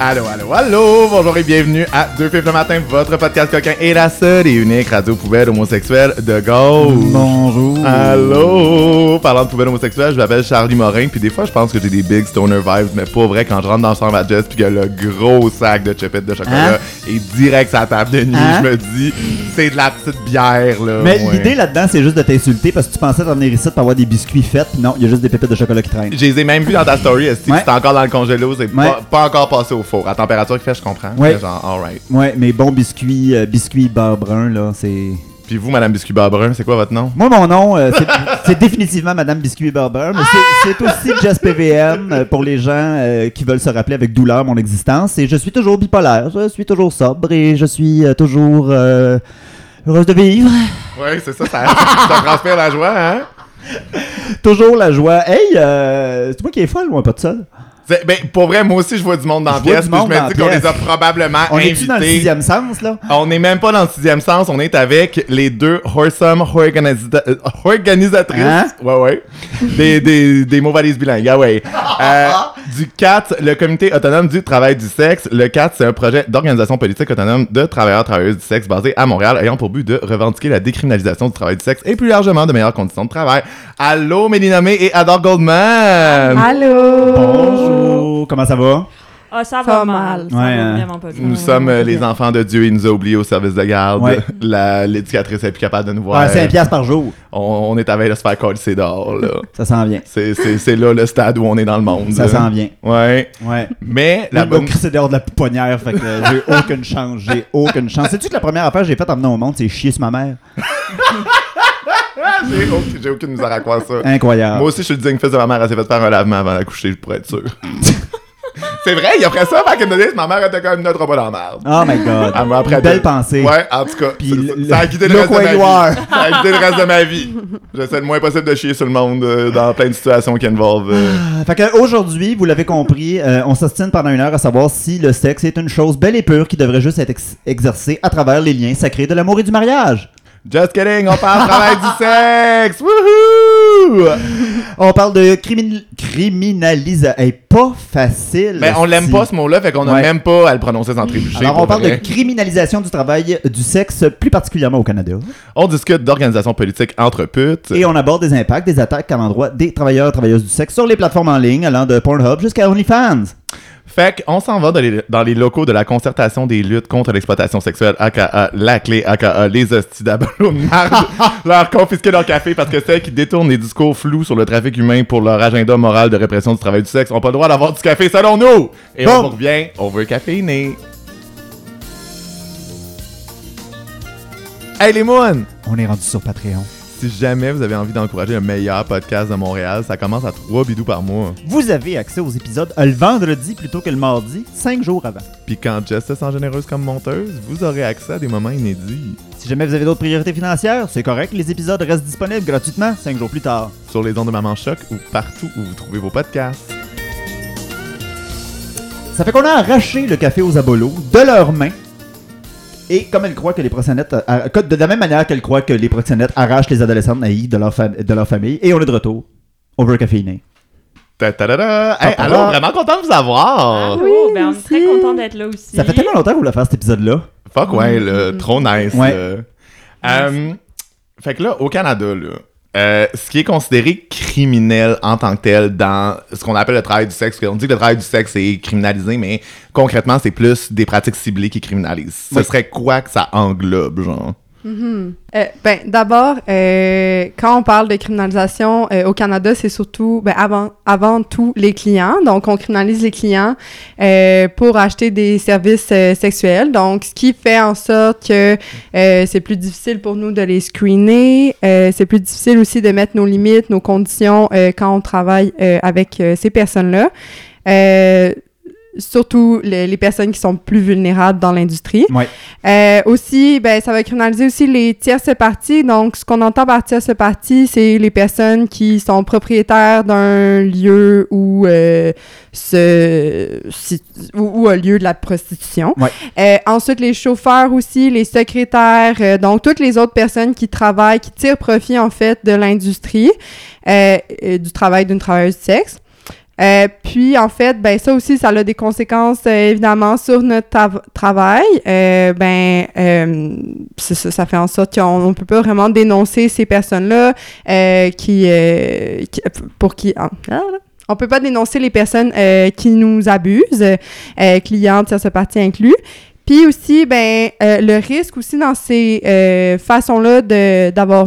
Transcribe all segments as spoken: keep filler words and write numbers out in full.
Allô, allô, allô! Bonjour et bienvenue à Deux Fifs le matin, votre podcast coquin et la seule et unique radio poubelle homosexuelle de gauche. Bonjour! Allô! Parlant de poubelle homosexuelle, je m'appelle Charlie Morin, puis des fois je pense que j'ai des big stoner vibes, mais pas vrai quand je rentre dans le centre Jess puis que le gros sac de chipettes de chocolat hein? est direct sur la table de nuit, hein? Je me dis, c'est de la petite bière, là. Mais ouais. L'idée là-dedans, c'est juste de t'insulter parce que tu pensais t'en venir ici pour avoir des biscuits faits, puis non, il y a juste des pépites de chocolat qui traînent. Je les ai même vus dans ta story, est-ce que ouais. c'était encore dans le congélo, c'est ouais. pas, pas encore passé au four. À température qu'il fait, je comprends. Ouais. Genre, alright. Ouais, mais bons biscuits, euh, biscuits beurre brun, là, c'est... Puis vous, Madame Biscuit Beurre Brun, c'est quoi votre nom? Moi, mon nom, euh, c'est, c'est définitivement Madame Biscuit Beurre Brun, mais c'est, c'est aussi Just P V M euh, pour les gens euh, qui veulent se rappeler avec douleur mon existence. Et je suis toujours bipolaire, je suis toujours sobre et je suis euh, toujours euh, heureuse de vivre. Ouais, c'est ça, ça, ça transpire la joie, hein? Toujours la joie. Hey, euh, c'est moi qui est folle ou un pas de seul? C'est, ben, pour vrai, moi aussi, je vois du monde dans la pièce, puis je me dis qu'on les a probablement on invités. On est-tu dans le sixième sens, là? On n'est même pas dans le sixième sens, on est avec les deux wholesome organisa- euh, organisatrices, hein? ouais, ouais, des, des, des mots valises bilingues, ah ouais. Euh, du C A T, le Comité autonome du travail du sexe. Le C A T, c'est un projet d'organisation politique autonome de travailleurs travailleuses du sexe basé à Montréal, ayant pour but de revendiquer la décriminalisation du travail du sexe et plus largement de meilleures conditions de travail. Allô, Mélina May et Adore Goldman! Allô! Bonjour! Comment ça va? Ah, ça va pas mal. Ça ouais, va hein. vraiment pas bien. Nous sommes euh, les enfants de Dieu, il nous a oubliés au service de garde. Ouais. La, l'éducatrice est plus capable de nous voir. Ouais, cinq piastres par jour. On, on est à veille de se faire coller dehors, là. Ça s'en vient. C'est, c'est, c'est là le stade où on est dans le monde. Ça s'en vient. Ouais. Ouais. Mais la la bonne... c'est dehors de la pouponnière, fait que euh, j'ai aucune chance. J'ai aucune chance. Sais-tu que la première affaire que j'ai faite en venant au monde, c'est chier sur ma mère? j'ai, aucune, j'ai aucune misère à croire ça. Incroyable. Moi aussi, je suis le digne fils de ma mère. Elle s'est fait faire un lavement avant d'accoucher, pour être sûr. C'est vrai, il a fait ça back in the days, ma mère était quand même notre pas dans la merde. Oh my god. Elle m'a après Une belle de... pensée. Ouais, en tout cas, Puis ça, le, ça a guidé le, le reste de ma vie. War. Ça a guidé le reste de ma vie. J'essaie le moins possible de chier sur le monde euh, dans plein de situations qui involvent... Euh... Fait que aujourd'hui, vous l'avez compris, euh, on s'ostine pendant une heure à savoir si le sexe est une chose belle et pure qui devrait juste être ex- exercée à travers les liens sacrés de l'amour et du mariage. Just kidding, on parle travail du sexe! Wouhou! On parle de crimin- criminalisation. Elle est pas facile. Mais on l'aime pas ce mot-là, fait qu'on a ouais. même pas à le prononcer sans trébucher. Alors on parle vrai. de criminalisation du travail du sexe, plus particulièrement au Canada. On discute d'organisation politique entre putes. Et on aborde des impacts, des attaques à l'endroit des travailleurs et travailleuses du sexe sur les plateformes en ligne, allant de Pornhub jusqu'à OnlyFans. Fait qu'on s'en va dans les, dans les locaux de la concertation des luttes contre l'exploitation sexuelle, aka La Clé, aka les hosties d'abolo de marde, leur confisquer leur café parce que celles qui détournent des discours flous sur le trafic humain pour leur agenda moral de répression du travail du sexe ont pas le droit d'avoir du café selon nous! Et bon. On revient, on veut caféiner. Hey les moines! On est rendu sur Patreon. Si jamais vous avez envie d'encourager le meilleur podcast de Montréal, ça commence à trois bidous par mois. Vous avez accès aux épisodes le vendredi plutôt que le mardi, cinq jours avant. Puis quand Jess se sent généreuse comme monteuse, vous aurez accès à des moments inédits. Si jamais vous avez d'autres priorités financières, c'est correct, les épisodes restent disponibles gratuitement cinq jours plus tard. Sur les ondes de Maman Choc ou partout où vous trouvez vos podcasts. Ça fait qu'on a arraché le café aux abolos de leurs mains. Et comme elle croit que les proxénètes, euh, de la même manière qu'elle croit que les proxénètes arrachent les adolescentes naïves de leur, fam- de leur famille, et on est de retour. Overcaféiné. Ta-ta-da-da! Hey, alors, vraiment content de vous avoir! Ah oui, ben on est très content d'être là aussi. Ça fait tellement longtemps que vous voulez faire cet épisode-là. Fuck ouais, là, trop nice. Ouais. Là. Um, fait que là, au Canada, là, euh, ce qui est considéré criminel en tant que tel dans ce qu'on appelle le travail du sexe, on dit que le travail du sexe est criminalisé, mais concrètement, c'est plus des pratiques ciblées qui criminalisent. Oui. Ce serait quoi que ça englobe, genre? Mm-hmm. Euh, ben, d'abord, euh, quand on parle de criminalisation euh, au Canada, c'est surtout, ben, avant, avant tout, les clients. Donc, on criminalise les clients euh, pour acheter des services euh, sexuels. Donc, ce qui fait en sorte que euh, c'est plus difficile pour nous de les screener. Euh, c'est plus difficile aussi de mettre nos limites, nos conditions euh, quand on travaille euh, avec euh, ces personnes-là. Euh, surtout les, les personnes qui sont plus vulnérables dans l'industrie. Ouais. Euh, aussi, ben, ça va criminaliser aussi les tierces parties. Donc, ce qu'on entend par tierces parties, c'est les personnes qui sont propriétaires d'un lieu où, euh, ce, si, où, où a lieu de la prostitution. Ouais. Euh, ensuite, les chauffeurs aussi, les secrétaires, euh, donc toutes les autres personnes qui travaillent, qui tirent profit, en fait, de l'industrie, euh, euh, du travail d'une travailleuse du sexe. Euh, puis, en fait, ben ça aussi, ça a des conséquences, euh, évidemment, sur notre ta- travail. Euh, ben, euh, c'est ça, ça fait en sorte qu'on ne peut pas vraiment dénoncer ces personnes-là euh, qui, euh, qui... pour qui... Ah, on peut pas dénoncer les personnes euh, qui nous abusent, euh, clients, tierces parties inclus. Puis aussi, ben, euh, le risque aussi dans ces euh, façons-là de, d'avoir...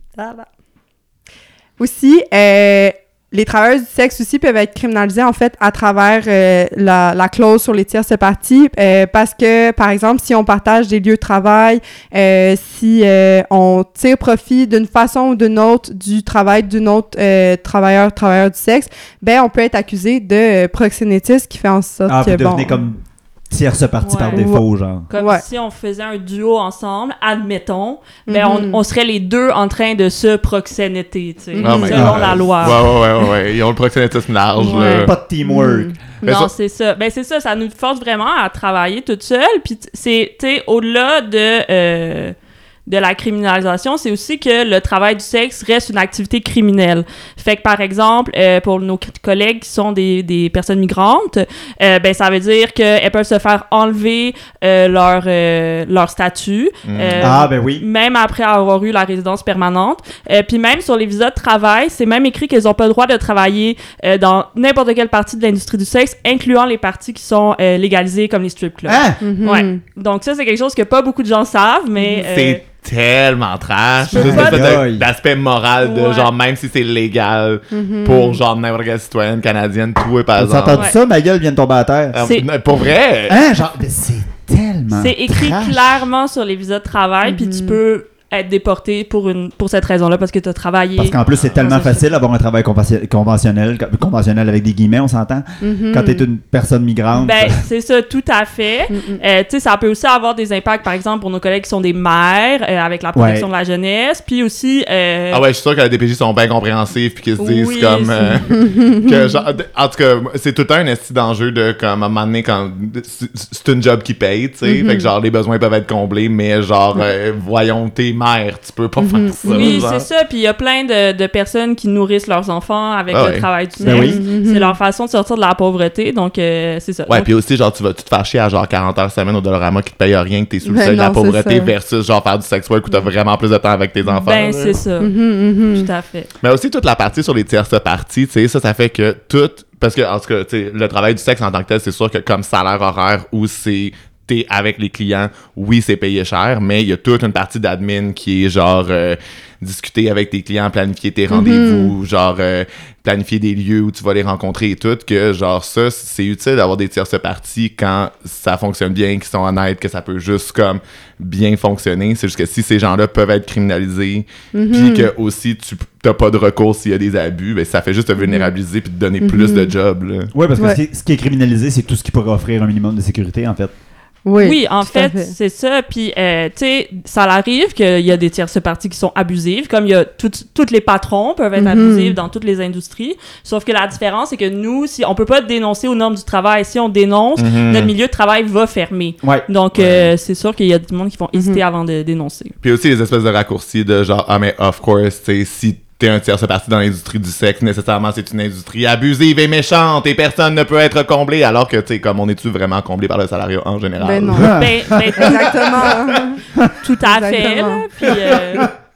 Aussi, euh, les travailleurs du sexe aussi peuvent être criminalisés, en fait, à travers euh, la, la clause sur les tierces parties, euh, parce que, par exemple, si on partage des lieux de travail, euh, si euh, on tire profit d'une façon ou d'une autre du travail d'une autre euh, travailleur, travailleur du sexe, ben on peut être accusé de euh, proxénétisme, qui fait en sorte ah, que, vous bon... devenez comme tierce partie Ouais. par défaut, genre. Comme Ouais. si on faisait un duo ensemble, admettons, ben Mhm. on, on serait les deux en train de se proxénéter, tu sais, Mhm. Oh my selon God. la loi. Ouais, ouais, ouais, ouais, ouais. Ils ont le proxénétisme large, Ouais. là. Pas de teamwork. Mhm. Mais Non, ça- c'est ça. Ben c'est ça, ça nous force vraiment à travailler toute seule. Puis t- c'est, tu sais, au-delà de euh, de la criminalisation, c'est aussi que le travail du sexe reste une activité criminelle. Fait que, par exemple, euh, pour nos c- collègues qui sont des, des personnes migrantes, euh, ben ça veut dire qu'elles peuvent se faire enlever euh, leur, euh, leur statut. Mm. euh, Ah, ben oui. Même après avoir eu la résidence permanente. Euh, puis même sur les visas de travail, c'est même écrit qu'ils n'ont pas le droit de travailler euh, dans n'importe quelle partie de l'industrie du sexe, incluant les parties qui sont euh, légalisées comme les strip clubs. Hein? Mhm. Ouais. Donc ça, c'est quelque chose que pas beaucoup de gens savent, mais... euh, C'est tellement trash. Tu peux Juste pas- le fait de- Aïe. d'aspect moral de Ouais. genre, même si c'est légal Mhm. pour genre n'importe quelle citoyenne canadienne, tout est par Vous avez entendu Ouais. ça? Ma gueule vient de tomber à terre. Euh, C'est- non, Pour vrai? Hein? Genre, mais c'est tellement c'est écrit trash. clairement sur les visas de travail, puis tu Mhm. peux être déporté pour, une, pour cette raison-là, parce que tu as travaillé... Parce qu'en plus, c'est tellement Ah, ça, facile d'avoir un travail convention- conventionnel, conventionnel avec des guillemets, on s'entend. Mhm. Quand t'es une personne migrante. Ben, c'est ça, tout à fait. Mhm. Euh, tu sais, ça peut aussi avoir des impacts, par exemple, pour nos collègues qui sont des mères, euh, avec la protection Ouais. de la jeunesse, puis aussi... euh, Ah ouais, je suis sûr que les D P J sont bien compréhensifs puis qu'ils se disent Oui, comme c'est- euh, que genre d- en tout cas c'est tout le temps un esti d'enjeu de comme à un moment donné quand c'est c'est une job qui paye, tu sais, Mhm. fait que genre les besoins peuvent être comblés mais genre euh, voyons t'es mère, tu peux pas faire ça. Oui, genre. c'est ça. Puis il y a plein de, de personnes qui nourrissent leurs enfants avec Ah le ouais. travail du sexe. Ben oui. Mhm. C'est leur façon de sortir de la pauvreté. Donc, euh, c'est ça. Ouais, Donc, puis aussi, genre, tu vas tu te faire chier à genre quarante heures semaine au Dollarama qui te paye rien, que t'es sous le Ben seuil de la non, c'est pauvreté ça. versus genre faire du sex work où t'as vraiment plus de temps avec tes enfants. ben, là. c'est ça. Mhm, mhm. Tout à fait. Mais aussi toute la partie sur les tierces parties, tu sais, ça, ça fait que tout... Parce que, en tout cas, tu sais, le travail du sexe en tant que tel, c'est sûr que comme salaire horaire où c'est... t'es avec les clients, oui, c'est payé cher, mais il y a toute une partie d'admin qui est genre... euh, discuter avec tes clients, planifier tes rendez-vous, genre euh, planifier des lieux où tu vas les rencontrer et tout, que genre ça, c'est utile d'avoir des tierces parties quand ça fonctionne bien, qu'ils sont honnêtes, que ça peut juste comme bien fonctionner. C'est juste que si ces gens-là peuvent être criminalisés, puis que aussi tu t'as pas de recours s'il y a des abus, ben ça fait juste te vulnérabiliser puis te donner plus de jobs, là. Ouais, parce que Ouais. ce qui est- ce qui est criminalisé, c'est tout ce qui pourrait offrir un minimum de sécurité, en fait. Oui, Oui, en tout à fait, c'est ça. Puis, euh, tu sais, ça arrive qu'il y a des tierces parties qui sont abusives, comme il y a toutes toutes les patrons peuvent être Mhm. abusifs dans toutes les industries. Sauf que la différence, c'est que nous, si on peut pas dénoncer aux normes du travail, si on dénonce, Mhm. notre milieu de travail va fermer. Ouais. Donc, euh, c'est sûr qu'il y a du monde qui vont hésiter avant de dénoncer. Puis aussi les espèces de raccourcis de genre, ah mais of course, tu sais, si t'es un tierce partie dans l'industrie du sexe, nécessairement c'est une industrie abusive et méchante et personne ne peut être comblé, alors que, tu sais, comme on est-tu vraiment comblé par le salariat en général? Ben non. Ah. Ben, ben, Exactement. tout à fait. Exactement. Là. Puis, euh,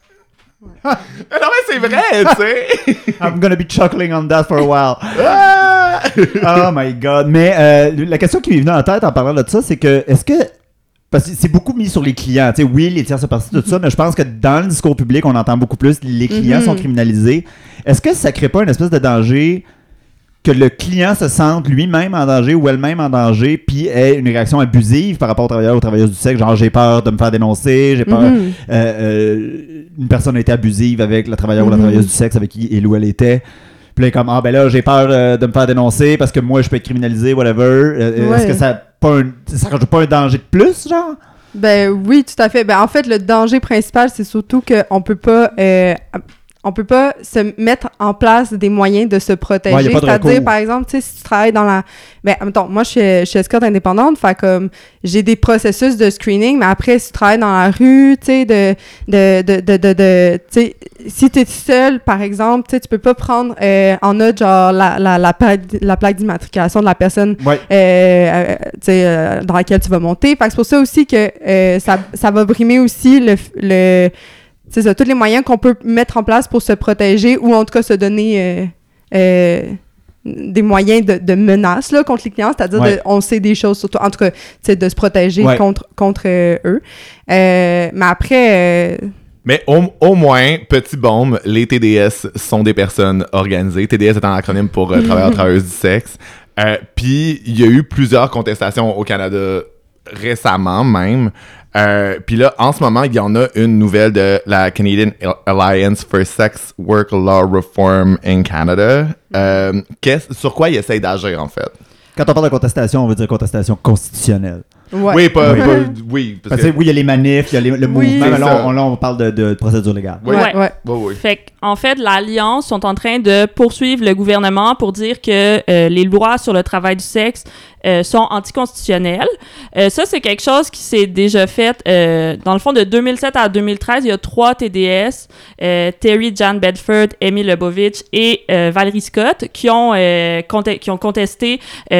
non mais c'est vrai, tu sais! I'm gonna be chuckling on that for a while. Ah! Oh my god. Mais euh, la question qui m'est venue en tête en parlant de ça, c'est que, est-ce que. Parce que c'est beaucoup mis sur les clients. Tu sais, oui, les tierces parties, tout ça, mais je pense que dans le discours public, on entend beaucoup plus les clients Mhm. sont criminalisés. Est-ce que ça crée pas une espèce de danger que le client se sente lui-même en danger ou elle-même en danger, puis ait une réaction abusive par rapport aux travailleurs ou aux travailleuses du sexe, genre j'ai peur de me faire dénoncer, j'ai peur. Mhm. euh, euh, une personne a été abusive avec le travailleur ou la Mhm. travailleuse du sexe avec qui il ou elle était. Puis là, comme, ah ben là, j'ai peur euh, de me faire dénoncer parce que moi, je peux être criminalisé, whatever. Euh, Ouais. Est-ce que ça a pas un, ça rajoute pas un danger de plus, genre? Ben oui, tout à fait. Ben en fait, le danger principal, c'est surtout qu'on peut pas... euh, on peut pas se mettre en place des moyens de se protéger. Ouais, y a pas de C'est-à-dire, recours. par exemple, tu sais, si tu travailles dans la... Ben, mettons, moi, je suis, je suis escorte indépendante, fait comme, j'ai des processus de screening, mais après, si tu travailles dans la rue, tu sais, de... de, de, de, de, de tu sais, si t'es seul, par exemple, tu sais, tu peux pas prendre euh, en note, genre, la, la, la, plaque, la plaque d'immatriculation de la personne Ouais. euh, euh, tu sais, euh, dans laquelle tu vas monter. Fait que c'est pour ça aussi que euh, ça, ça va brimer aussi le... le c'est ça, tous les moyens qu'on peut mettre en place pour se protéger ou en tout cas se donner euh, euh, des moyens de, de menace là, contre les clients, c'est-à-dire Ouais. de, on sait des choses sur toi, en tout cas, tu sais, de se protéger Ouais. contre, contre euh, eux. Euh, mais après... euh, Mais au, au moins, petit baume, les T D S sont des personnes organisées. T D S est un acronyme pour euh, travailleurs travailleuses du sexe. Euh, Puis il y a eu plusieurs contestations au Canada récemment même. Euh, Puis là, en ce moment, il y en a une nouvelle de la Canadian Alliance for Sex Work Law Reform in Canada. Euh, qu'est-ce- sur quoi ils essayent d'agir, en fait? Quand on parle de contestation, on veut dire contestation constitutionnelle. ouais. Oui, pas... Oui. pas- oui, parce Parce que... que oui, il y a les manifs, il y a les- le Oui. mouvement, mais C'est là, ça. on, là, on parle de, de procédure légale. Oui. Ouais, ouais. Oui, oui. Fait qu'en fait, l'Alliance sont en train de poursuivre le gouvernement pour dire que euh, les lois sur le travail du sexe euh, sont anticonstitutionnelles. Euh, ça, c'est quelque chose qui s'est déjà fait. Euh, dans le fond, de deux mille sept à deux mille treize, il y a trois T D S, euh, Terry Jan Bedford, Amy Lebovitch et euh, Valérie Scott, qui ont, euh, conte- qui ont contesté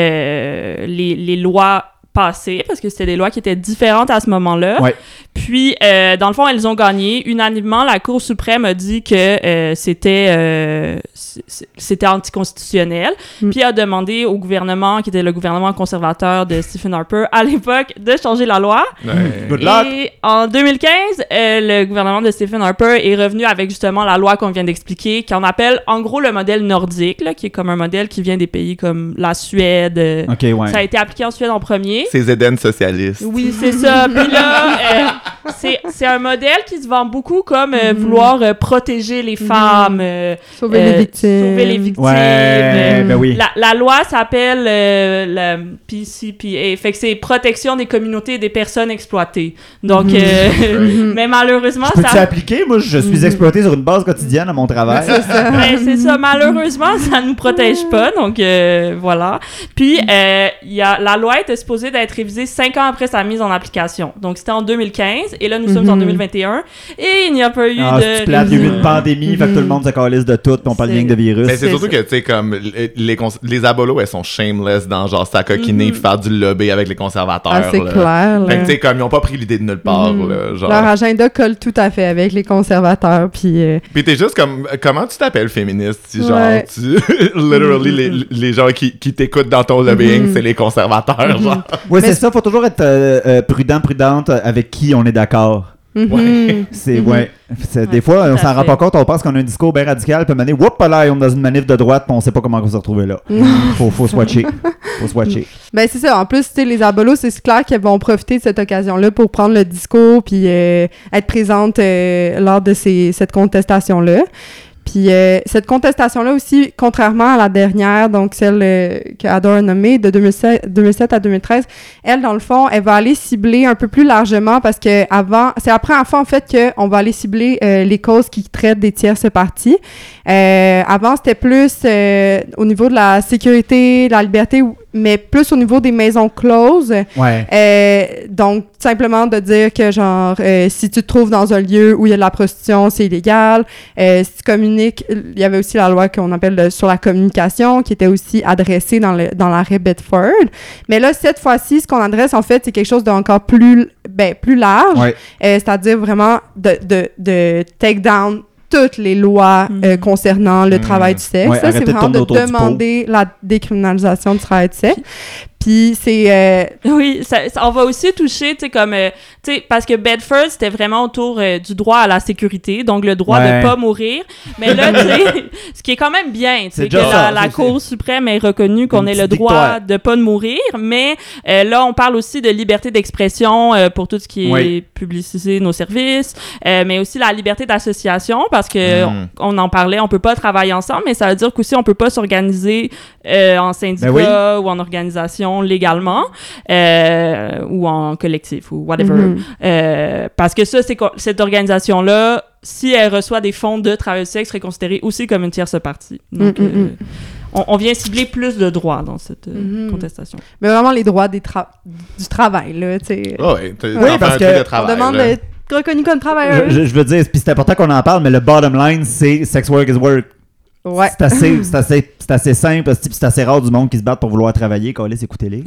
euh, les, les lois passées, parce que c'était des lois qui étaient différentes à ce moment-là. Ouais. Puis, euh, dans le fond, elles ont gagné. Unanimement, la Cour suprême a dit que euh, c'était euh, c- c'était anticonstitutionnel. Mm. Puis a demandé au gouvernement, qui était le gouvernement conservateur de Stephen Harper à l'époque, de changer la loi. Ouais. Good luck. Et en deux mille quinze, euh, le gouvernement de Stephen Harper est revenu avec justement la loi qu'on vient d'expliquer, qu'on appelle en gros le modèle nordique, là, qui est comme un modèle qui vient des pays comme la Suède. euh, OK, ouais. Ça a été appliqué en Suède en premier. C'est Zeden socialiste. Oui, c'est ça. Puis là, euh, c'est, c'est un modèle qui se vend beaucoup comme euh, Mhm. vouloir euh, protéger les femmes, euh, Sauver euh, les victimes. sauver les victimes. Ouais, euh, ben oui. La, la loi s'appelle euh, la P C P A, fait que c'est protection des communautés et des personnes exploitées. Donc, Mhm. euh, Mhm. mais malheureusement, Peux-tu ça... appliquer? Moi, je suis Mhm. exploité sur une base quotidienne à mon travail. C'est ça. Ouais, c'est ça. Malheureusement, ça nous protège pas. Donc, euh, voilà. Puis, euh, il y a, la loi était supposée d'être révisée cinq ans après sa mise en application. Donc, c'était en deux mille quinze. Et là, nous sommes en Mhm. deux mille vingt et un. Et il n'y a pas eu Ah, de... c'est plate, il y a eu une de- pandémie, fait que tout le monde se calisse de tout, puis on parle C'est- rien que de virus. Mais c'est C'est surtout ça. que, tu sais, comme, les, les, cons- les abolos, elles sont shameless dans, genre, s'acoquiner Mhm. puis faire du lobby avec les conservateurs, Ah, c'est là. clair. Fait que, là. tu sais, comme, ils ont pas pris l'idée de nulle part, Mhm. là, genre. Leur agenda colle tout à fait avec les conservateurs, puis... euh, Puis t'es juste comme, comment tu t'appelles féministe, si genre, Ouais. tu, literally, les, les gens qui, qui t'écoutent dans ton lobbying, Mhm. c'est les conservateurs, genre. Oui, Mais c'est ça, faut toujours être euh, euh, prudent, prudente avec qui on est d'accord. mhm. C'est, Mhm. ouais. C'est, Ouais, des fois, tout on à s'en rend fait. pas compte, on pense qu'on a un discours bien radical, puis maintenant, whoop, là, on est dans une manif de droite, puis on sait pas comment on va se retrouver là. Faut, faut se watcher. Faut se watcher. Ben c'est ça. En plus, tu sais, les abolos, c'est clair qu'elles vont profiter de cette occasion-là pour prendre le discours puis euh, être présentes euh, lors de ces, cette contestation-là. Puis euh, cette contestation-là aussi, contrairement à la dernière, donc celle euh, qu'Adore a nommée, de deux mille sept, deux mille sept à deux mille treize, elle, dans le fond, elle va aller cibler un peu plus largement parce que avant, c'est la première fois, en fait, qu'on va aller cibler euh, les causes qui traitent des tierces parties. Euh, avant, c'était plus euh, au niveau de la sécurité, de la liberté, mais plus au niveau des maisons closes. Ouais. Euh, donc, simplement de dire que, genre, euh, si tu te trouves dans un lieu où il y a de la prostitution, c'est illégal. Euh, si tu communiques, il y avait aussi la loi qu'on appelle le- sur la communication, qui était aussi adressée dans, le, dans l'arrêt Bedford. Mais là, cette fois-ci, ce qu'on adresse, en fait, c'est quelque chose d'encore plus, ben, plus large. Ouais. Euh, c'est-à-dire vraiment de, de, de take down toutes les lois euh, Mhm. concernant le Mhm. travail du sexe. Ouais, ça, c'est arrêtez de vraiment de tourner autour du pot. demander la décriminalisation du travail du sexe. Puis c'est... euh, Oui, ça, ça- on va aussi toucher, tu sais, comme, euh, tu sais, parce que Bedford, c'était vraiment autour euh, du droit à la sécurité, donc le droit Ouais. de pas mourir. Mais là, tu sais, ce qui est quand même bien, tu C'est sais, que déjà ça, la, la c'est- Cour suprême ait reconnu qu'on Une ait le petite droit victoire. de pas de mourir, mais euh, là, on parle aussi de liberté d'expression euh, pour tout ce qui est Oui. publiciser nos services, euh, mais aussi la liberté d'association, parce que Mhm. on, on en parlait, on peut pas travailler ensemble, mais ça veut dire qu'aussi on peut pas s'organiser euh, en syndicat Ben oui. ou en organisation légalement. Euh, ou en collectif ou whatever. mhm. Euh, parce que ça, c'est co- cette organisation-là si elle reçoit des fonds de travail du sexe, serait considérée aussi comme une tierce partie. Donc, Mm, mm, euh, mm. on, on vient cibler plus de droits dans cette euh, Mhm. contestation. Mais vraiment les droits des tra- du travail, là, tu sais. Oh, ouais, t'as- Oui, t'en fais parce un que truc de on travail, On demande là. d'être reconnu comme travailleur. Je, je- je veux dire, puis c'est important qu'on en parle, mais le bottom line, c'est sex work is work. Ouais. C'est assez, c'est assez, c'est assez simple, c'est c'est assez rare du monde qui se battent pour vouloir travailler. Calisse, écoutez-les.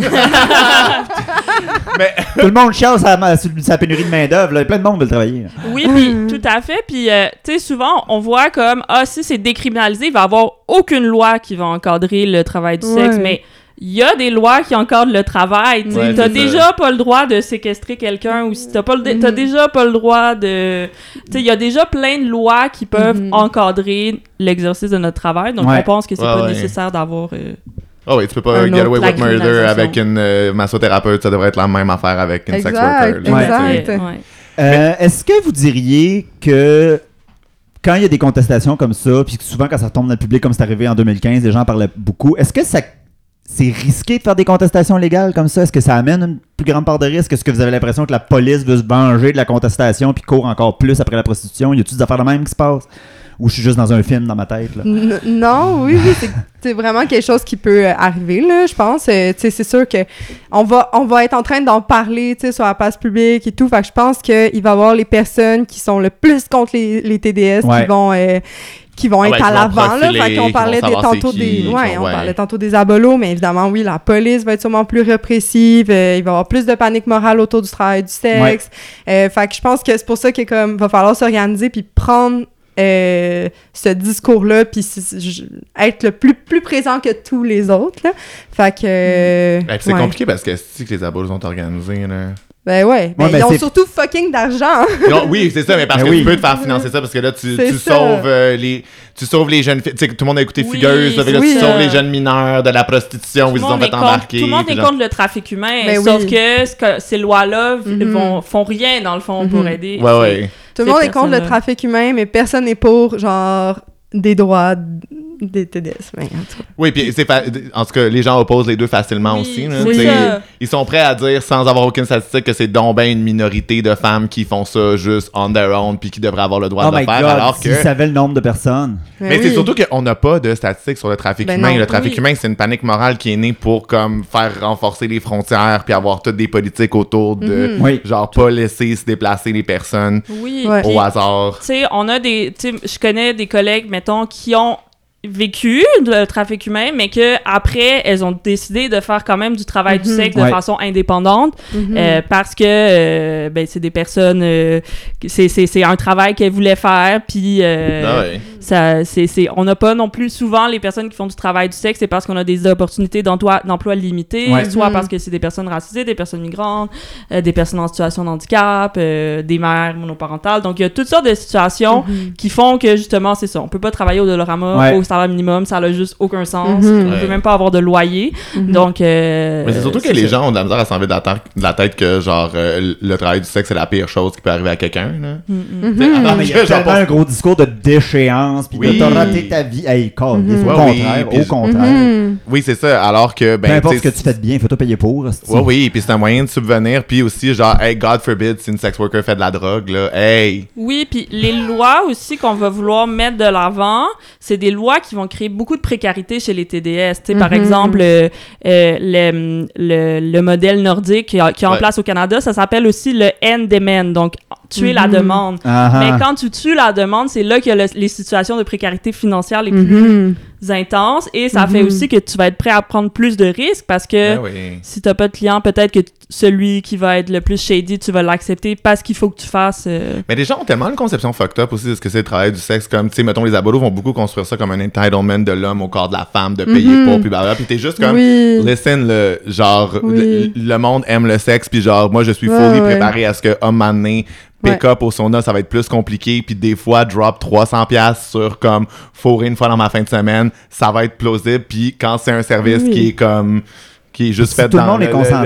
Mais Tout le monde chiale sa, sa, sa pénurie de main-d'œuvre. là. Plein de monde veut travailler. là. Oui, puis tout à fait. Puis, euh, tu sais, souvent, on voit comme, ah, si c'est décriminalisé, il va y avoir aucune loi qui va encadrer le travail du sexe. Ouais. Mais il y a des lois qui encadrent le travail. Tu sais, Ouais, t'as c'est déjà ça. pas le droit de séquestrer quelqu'un ou si t'as pas le, dé- Mhm. t'as déjà pas le droit de, tu sais, il y a déjà plein de lois qui peuvent Mhm. encadrer l'exercice de notre travail. Donc, Ouais. on pense que c'est Ouais, pas ouais. nécessaire d'avoir. euh, oh oui, tu peux pas Un get autre, away la with murder criminalisation. avec une euh, massothérapeute, ça devrait être la même affaire avec une sex Exact, worker. là. exact. ouais, ouais. Euh, Est-ce que vous diriez que quand il y a des contestations comme ça, puis que souvent quand ça tombe dans le public, comme c'est arrivé en deux mille quinze, les gens en parlaient beaucoup, est-ce que ça c'est risqué de faire des contestations légales comme ça? Est-ce que ça amène une plus grande part de risque? Est-ce que vous avez l'impression que la police veut se venger de la contestation puis court encore plus après la prostitution? Y a-tu des affaires de même qui se passent? Ou je suis juste dans un film dans ma tête? Là? N- non, oui, oui, c'est- c'est vraiment quelque chose qui peut euh, arriver, là, je pense. Euh, tu sais, c'est sûr que on va, on va être en train d'en parler, tu sais, sur la place publique et tout. Fait que je pense qu'il va y avoir les personnes qui sont le plus contre les, les T D S Ouais. qui vont... euh, qui vont Ah être ouais, à qui vont l'avant, là. profiler, Fait qu'on qui parlait vont des, savoir tantôt c'est des... qui, Ouais, qui- on ouais. parlait tantôt des abolos, mais évidemment, oui, la police va être sûrement plus répressive. euh, il va y avoir plus de panique morale autour du travail du sexe. Euh, fait que je pense que c'est pour ça qu'il comme, va falloir s'organiser puis prendre euh, ce discours-là puis c- c- je- être le plus, plus présent que tous les autres, là. Fait que... euh, Ouais, puis c'est ouais. compliqué parce que c'est que les aboles sont organisés, là. Ben ouais, ben, mais ils ont c'est- surtout fucking d'argent. Non, oui, c'est ça, mais parce Ben que oui. tu peux te faire financer ça parce que là, tu, C'est tu ça. sauves euh, les tu sauves les jeunes filles. Tu sais, tout le monde a écouté Oui, Fugueuse, là, fait que là, oui. tu sauves les jeunes mineurs de la prostitution où ils Tout se le ont monde fait est contre- embarquer. Tout le monde puis est genre- contre le trafic humain, Ben sauf oui. que, ce que ces lois-là v- Mhm. vont, font rien, dans le fond, pour Mhm. aider. Ouais, C'est- ouais. Tout le Ces monde est contre le personnes-là. trafic humain, mais personne n'est pour, genre, des droits des T D S. Ben, en tout cas. Oui, puis c'est fa- en tout cas, les gens opposent les deux facilement Oui, aussi. là, c'est tu sais. ça. Ils sont prêts à dire sans avoir aucune statistique que c'est donc ben une minorité de femmes qui font ça juste on their own puis qui devraient avoir le droit Oh de le my faire, god, alors si que vous savez le nombre de personnes. Ben mais c'est oui. surtout qu'on n'a pas de statistiques sur le trafic Ben humain. non, le trafic oui. humain, c'est une panique morale qui est née pour comme faire renforcer les frontières puis avoir toutes des politiques autour de Mhm. Oui. genre pas laisser se déplacer les personnes Oui, Ouais. puis, au hasard. tu sais, on a des... Tu sais, je connais des collègues, mettons, qui ont vécu le trafic humain, mais que après elles ont décidé de faire quand même du travail du Mhm. sexe de Ouais. façon indépendante Mhm. euh, parce que euh, ben c'est des personnes euh, c'est c'est c'est un travail qu'elles voulaient faire puis euh, Ah ouais. ça c'est c'est on n'a pas non plus souvent les personnes qui font du travail du sexe c'est parce qu'on a des opportunités d'emploi d'emploi limitées Ouais. soit Mhm. parce que c'est des personnes racisées, des personnes migrantes, euh, des personnes en situation de handicap, euh, des mères monoparentales. Donc il y a toutes sortes de situations Mhm. qui font que justement c'est ça, on peut pas travailler au Dollarama Ouais. au salaire minimum, ça a juste aucun sens. Mhm. On Ouais. peut même pas avoir de loyer. Mhm. Donc euh, Mais c'est surtout que c'est les ça. gens ont de la misère à s'enlever de la, tête- de la tête que genre euh, le travail du sexe c'est la pire chose qui peut arriver à quelqu'un. Là. Mhm. Mhm. T'sais, Non, alors mais il y que, a genre, tellement un gros discours de déchéance, puis Oui. de t'as raté ta vie. Hey, calme, Mhm. au Ouais, contraire, oui, puis au je- contraire. Mhm. Oui, c'est ça. Alors que, ben. Peu importe ce t'sais, que tu fais de bien, fais-toi payer pour. hostie. Ouais, oui, puis c'est un moyen de subvenir. Puis aussi, genre, hey, God forbid, si une sex worker fait de la drogue, là, hey. Oui, puis les lois aussi qu'on va vouloir mettre de l'avant, c'est des lois qui vont créer beaucoup de précarité chez les T D S. Tu sais, par Mhm. exemple, euh, euh, le, le, le modèle nordique qui, a- qui est en Ouais. place au Canada, ça s'appelle aussi le end demand, donc tuer la Mhm. demande. Ah, ah. Mais quand tu tues la demande, c'est là qu'il y a le- les situations de précarité financière les plus Mhm. intenses et ça Mhm. fait aussi que tu vas être prêt à prendre plus de risques parce que Ben oui. si t'as pas de client, peut-être que t- celui qui va être le plus shady, tu vas l'accepter parce qu'il faut que tu fasses... euh, Mais les gens ont tellement une conception fucked up aussi de ce que c'est le travail du sexe. Comme, tu sais, mettons, les abolos vont beaucoup construire ça comme un entitlement de l'homme au corps de la femme, de payer Mhm. pour, puis blablabla. Puis t'es juste comme, Oui. listen, le, genre, Oui. le, le monde aime le sexe, puis genre, moi, je suis Ouais, fully ouais. préparé à ce que, homme mané, pick up au sauna, ça va être plus compliqué, puis des fois, drop trois cents piastres sur, comme, fourrer une fois dans ma fin de semaine, ça va être plausible, puis quand c'est un service Oui. qui est comme, qui est juste Si fait tout le dans monde est le- consentant.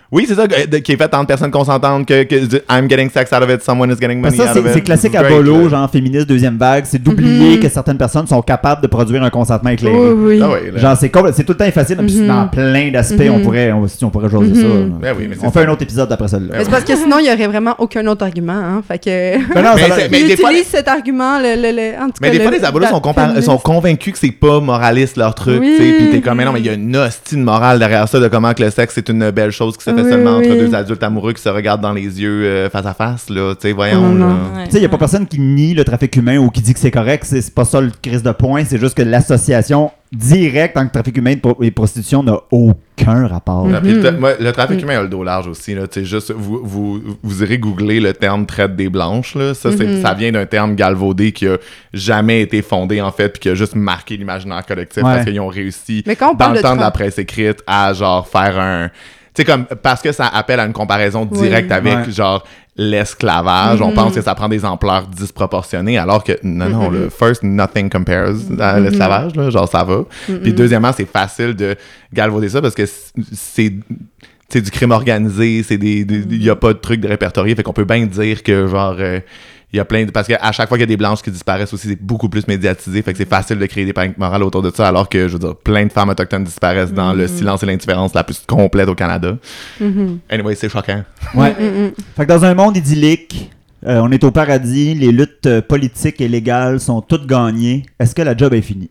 Oui, c'est ça, de- qui est fait entre personnes consentantes, que, que I'm getting sex out of it, someone is getting money Ça, out c'est, of it. c'est classique à Great, bolo, là. genre féministe deuxième vague, c'est d'oublier Mhm. que certaines personnes sont capables de produire un consentement éclairé. Oui, oui. Ah oui, là. Genre, c'est, compl- c'est tout le temps facile, puis Mhm. dans plein d'aspects, Mhm. on pourrait, on, si on pourrait jaser Mhm. ça. Ben oui, mais c'est on ça. fait un autre épisode après celle-là. Ben Mais c'est parce que sinon, il y aurait vraiment aucun autre argument, hein. Fait que. Mais non, Mais ça va- c'est- mais Ils des fois, utilisent cet argument, le, le, le- en tout Mais cas, des le- fois, les abolos la sont, compar- féministe. sont convaincus que c'est pas moraliste leur truc, Oui. tu sais, pis t'es comme, mais non, mais il y a une hostie de morale derrière ça, de comment que le sexe c'est une belle chose qui se fait Oui, seulement oui. entre deux adultes amoureux qui se regardent dans les yeux euh, face à face, là, tu sais, voyons, Non, non. là. Ouais. Tu sais, il n'y a pas personne qui nie le trafic humain ou qui dit que c'est correct. C'est, c'est pas ça le crise de point. C'est juste que l'association directe entre trafic humain et pro- et prostitution n'a aucun rapport. Mm. Ah, puis Mhm. le, moi, le trafic Mm. humain a le dos large aussi, là, tu sais, juste, vous, vous, vous irez googler le terme traite des blanches, là, ça, c'est, Mhm. ça vient d'un terme galvaudé qui a jamais été fondé, en fait, puis qui a juste marqué l'imaginaire collectif Ouais. parce qu'ils ont réussi, Mais quand on dans parle le de temps de la tra- presse écrite, à, genre, faire un... Tu sais, comme, parce que ça appelle à une comparaison directe Oui. avec, Ouais. genre, l'esclavage, on Mhm. pense que ça prend des ampleurs disproportionnées, alors que, non, non, Mhm. le first, nothing compares à Mhm. l'esclavage, là, genre, ça va. Mhm. Puis deuxièmement, c'est facile de galvauder ça parce que c- c'est c'est du crime organisé, c'est des il y a pas de truc de répertorié, fait qu'on peut bien dire que genre euh, il y a plein de, parce qu'à chaque fois qu'il y a des blanches qui disparaissent aussi, c'est beaucoup plus médiatisé, fait que c'est facile de créer des paniques morales autour de ça, alors que je veux dire plein de femmes autochtones disparaissent dans le silence et l'indifférence la plus complète au Canada. Mhm. Anyway, c'est choquant. Ouais. Mhm. Fait que dans un monde idyllique, euh, on est au paradis, les luttes euh, politiques et légales sont toutes gagnées. Est-ce que la job est finie?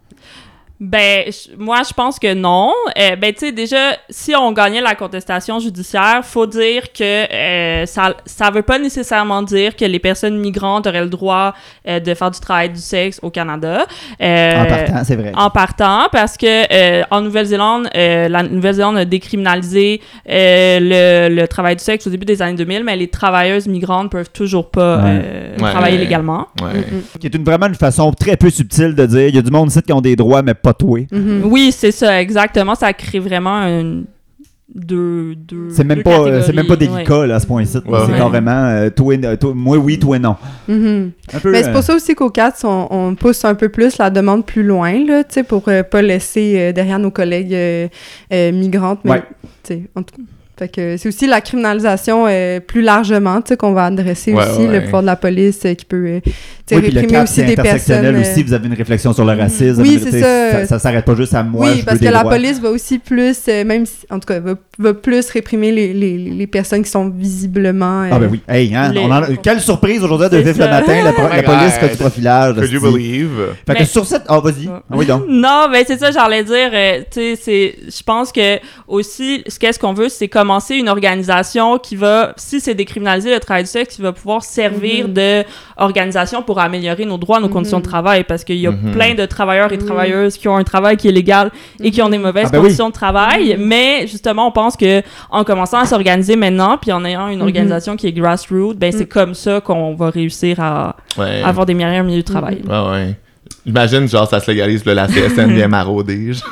Ben, je- moi, je pense que non. Euh, ben, tu sais, déjà, si on gagnait la contestation judiciaire, faut dire que euh, ça ça veut pas nécessairement dire que les personnes migrantes auraient le droit euh, de faire du travail du sexe au Canada. Euh, En partant, c'est vrai. En partant, parce que euh, en Nouvelle-Zélande, euh, la Nouvelle-Zélande a décriminalisé euh, le, le travail du sexe au début des années deux mille, mais les travailleuses migrantes peuvent toujours pas Ouais. euh, Ouais. travailler légalement. Ouais. Mhm. Qui est une, vraiment une façon très peu subtile de dire il y a du monde ici qui ont des droits, mais pas toi. Mhm. Oui, c'est ça, exactement. Ça crée vraiment un... deux, deux, C'est même deux pas, catégories, c'est même pas délicat ouais. là, à ce point-ci. Ouais, c'est ouais. carrément euh, toi, et- toi- moi oui, toi non. Mhm. Un peu, Mais c'est euh, pour ça aussi qu'au C A T, on, on pousse un peu plus la demande plus loin, là, tu sais, pour euh, pas laisser euh, derrière nos collègues euh, euh, migrantes. Mais, Ouais. tu sais, en tout cas. Fait que c'est aussi la criminalisation euh, plus largement, tu sais, qu'on va adresser Ouais, aussi, ouais. le pouvoir de la police euh, qui peut, euh, tu sais, oui, puis le réprimer cap, aussi c'est des personnes. intersectionnel euh, aussi. Vous avez une réflexion sur le racisme. Oui, tu c'est sais, ça. Ça, ça s'arrête pas juste à moi. oui, je parce veux que des la droits. police va aussi plus, euh, même si, en tout cas, va, va plus réprimer les, les, les personnes qui sont visiblement... euh, Ah ben oui. Hey, hein, Les- on en a- quelle surprise aujourd'hui de C'est vivre le ça. matin. La, pro- Oh my la police God. fait du profilage. Could you hostie. believe? Fait que Mais- sur cette... Ah, vas-y. Ah. Ah oui, donc. Non, mais c'est ça, j'allais dire, euh, tu sais, c'est, je pense que aussi, ce qu'est-ce qu'on veut, c'est commencer une organisation qui va, si c'est décriminaliser le travail du sexe, qui va pouvoir servir Mhm. de organisation pour améliorer nos droits, nos Mhm. conditions de travail, parce qu'il y a Mhm. plein de travailleurs et Oui. travailleuses qui ont un travail qui est légal et qui ont des mauvaises Ah ben oui. conditions de travail, mais justement, on pense que en commençant à s'organiser maintenant, puis en ayant une Mhm. organisation qui est grassroots, ben c'est Mhm. comme ça qu'on va réussir à Ouais. avoir des meilleurs milieux de travail. Ouais, ouais. J'imagine, genre, ça se légalise, puis là, la C S N vient marauder. genre.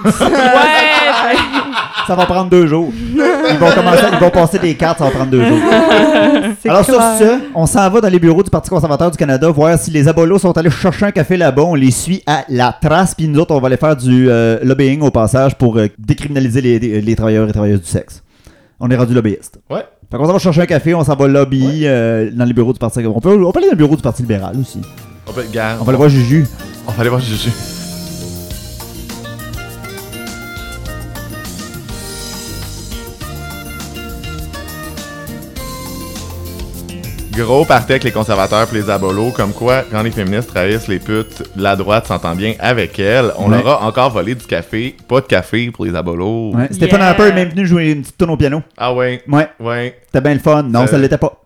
Ouais! Ça va prendre deux jours. Ils vont commencer, ils vont passer des cartes, ça va prendre deux jours. c'est Alors sur clair. ce, on s'en va dans les bureaux du Parti conservateur du Canada voir si les abolos sont allés chercher un café là-bas. On les suit à la trace, puis nous autres, on va aller faire du euh, lobbying au passage pour euh, décriminaliser les, les travailleurs et travailleuses du sexe. On est rendu lobbyiste. Ouais. Fait qu'on s'en va chercher un café, on s'en va lobby euh, dans les bureaux du Parti. On peut, on peut aller dans le bureau du Parti libéral aussi. On peut, gars, On va aller voir Juju. on va aller voir Juju. Gros party avec les conservateurs et les abolos, comme quoi, quand les féministes trahissent les putes, la droite s'entend bien avec elles. On Ouais. leur a encore volé du café. Pas de café pour les abolos. Ouais. Stéphane Yeah. Harper est même venu jouer une petite tonne au piano. Ah ouais, Ouais, ouais. c'était bien le fun. Non, Euh, ça l'était pas.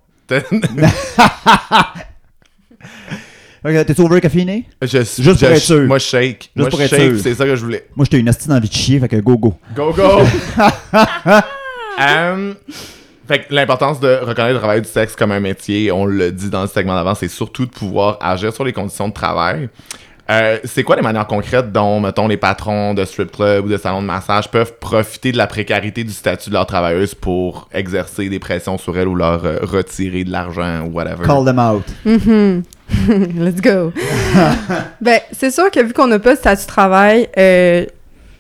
Ok, t'es-tu overcaféiné? je, Juste je- pour être sûr. Moi, je shake. Moi, pour je être shake, sûr. c'est ça que je voulais. Moi, j'étais une astine envie de chier, fait que go go. Go, go! Um, fait que l'importance de reconnaître le travail du sexe comme un métier, on le dit dans le segment d'avant, c'est surtout de pouvoir agir sur les conditions de travail. Euh, c'est quoi les manières concrètes dont, mettons, les patrons de strip club ou de salons de massage peuvent profiter de la précarité du statut de leurs travailleuses pour exercer des pressions sur elles ou leur euh, retirer de l'argent ou whatever? Call them out. Mhm. Let's go. Ben, c'est sûr que vu qu'on n'a pas de statut de travail, euh, tu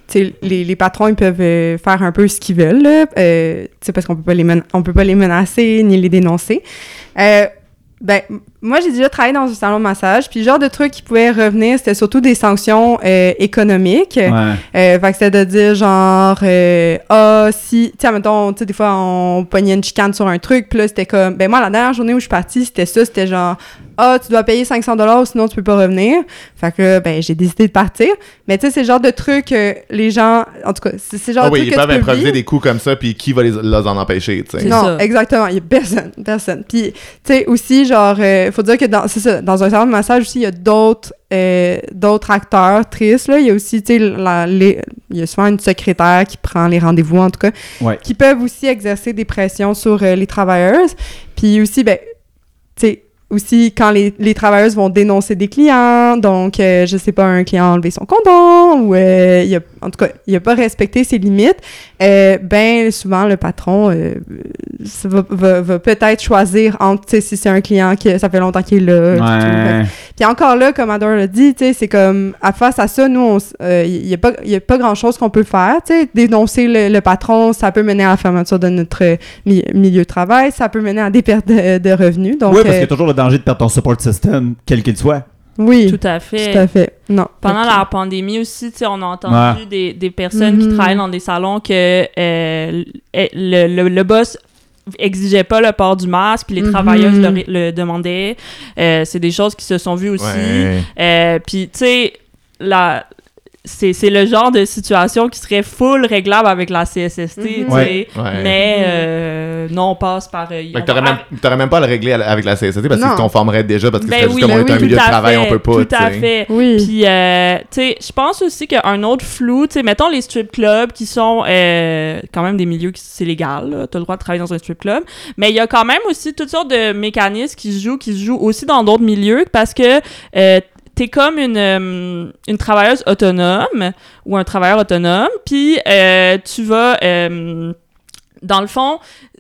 sais, les, les patrons, ils peuvent euh, faire un peu ce qu'ils veulent, là, euh, tu sais, parce qu'on peut pas les men- on peut pas les menacer ni les dénoncer. Euh, ben, moi, j'ai déjà travaillé dans un salon de massage, puis le genre de trucs qui pouvaient revenir, c'était surtout des sanctions euh, économiques. Ouais. Euh, fait que c'était de dire genre, euh, ah, si, tu sais, mettons, tu sais, des fois, on pognait une chicane sur un truc, puis là, c'était comme, ben moi, la dernière journée où je suis partie, c'était ça, c'était genre, ah, tu dois payer cinq cents dollars sinon tu peux pas revenir. Fait que, ben, j'ai décidé de partir. Mais tu sais, c'est le genre de truc que les gens, en tout cas, c'est, c'est le genre Ah de oui, truc ils que tu peuvent peux improviser vivre. des coups comme ça, puis qui va les, les en empêcher, tu sais. C'est Non, ça. exactement. Il y a personne, personne. Puis, tu sais, aussi, genre, il faut dire que dans, c'est ça, dans un salon de massage aussi, il y a d'autres, euh, d'autres acteurs tristes, là. Il y a aussi, tu sais, la- les- il y a souvent une secrétaire qui prend les rendez-vous, en tout cas, Ouais. qui peuvent aussi exercer des pressions sur euh, les travailleuses. Puis aussi, ben, tu sais, aussi quand les, les travailleuses vont dénoncer des clients, donc, euh, je sais pas, un client a enlevé son condom, ou, euh, il a, en tout cas, il a pas respecté ses limites, euh, ben, souvent, le patron euh, ça va, va, va peut-être choisir entre, tu sais, si c'est un client qui, ça fait longtemps qu'il est là, puis tout. Ouais. Puis encore là, comme Adore l'a dit, tu sais, c'est comme, à face à ça, nous, il euh, n'y a pas, y a pas grand-chose qu'on peut faire, tu sais. Dénoncer le, le patron, ça peut mener à la fermeture de notre euh, mi- milieu de travail, ça peut mener à des pertes de, de revenus. Donc, Oui, parce qu'il y euh, a toujours le danger de perdre ton support system, quel qu'il soit. oui, Tout à fait. tout à fait. Non. Pendant Ok. la pandémie aussi, tu sais, on a entendu Ouais. des, des personnes qui Mhm. travaillent dans des salons que euh, le, le, le boss exigeait pas le port du masque, puis les Mhm. travailleuses le, le demandaient. Euh, c'est des choses qui se sont vues aussi. Ouais. Euh, puis, tu sais, la... C'est, c'est le genre de situation qui serait full réglable avec la C S S T, Mhm. tu sais. Ouais. Ouais. Mais euh, non, on passe par... euh, Fait que on t'aurais va- même, t'aurais même pas à le régler à- avec la C S S T parce Non. qu'ils se conformeraient déjà parce que Ben c'est juste oui, comme on ben est un oui, milieu de tout à travail, fait, on peut pas, Tout tu à sais. fait. Oui. Puis, euh, tu sais, je pense aussi qu'un autre flou, tu sais, mettons les strip clubs qui sont euh, quand même des milieux qui c'est légal, là, t'as le droit de travailler dans un strip club, mais il y a quand même aussi toutes sortes de mécanismes qui se jouent, qui se jouent aussi dans d'autres milieux parce que euh, t'es comme une, euh, une travailleuse autonome ou un travailleur autonome, puis euh, tu vas, euh, dans le fond,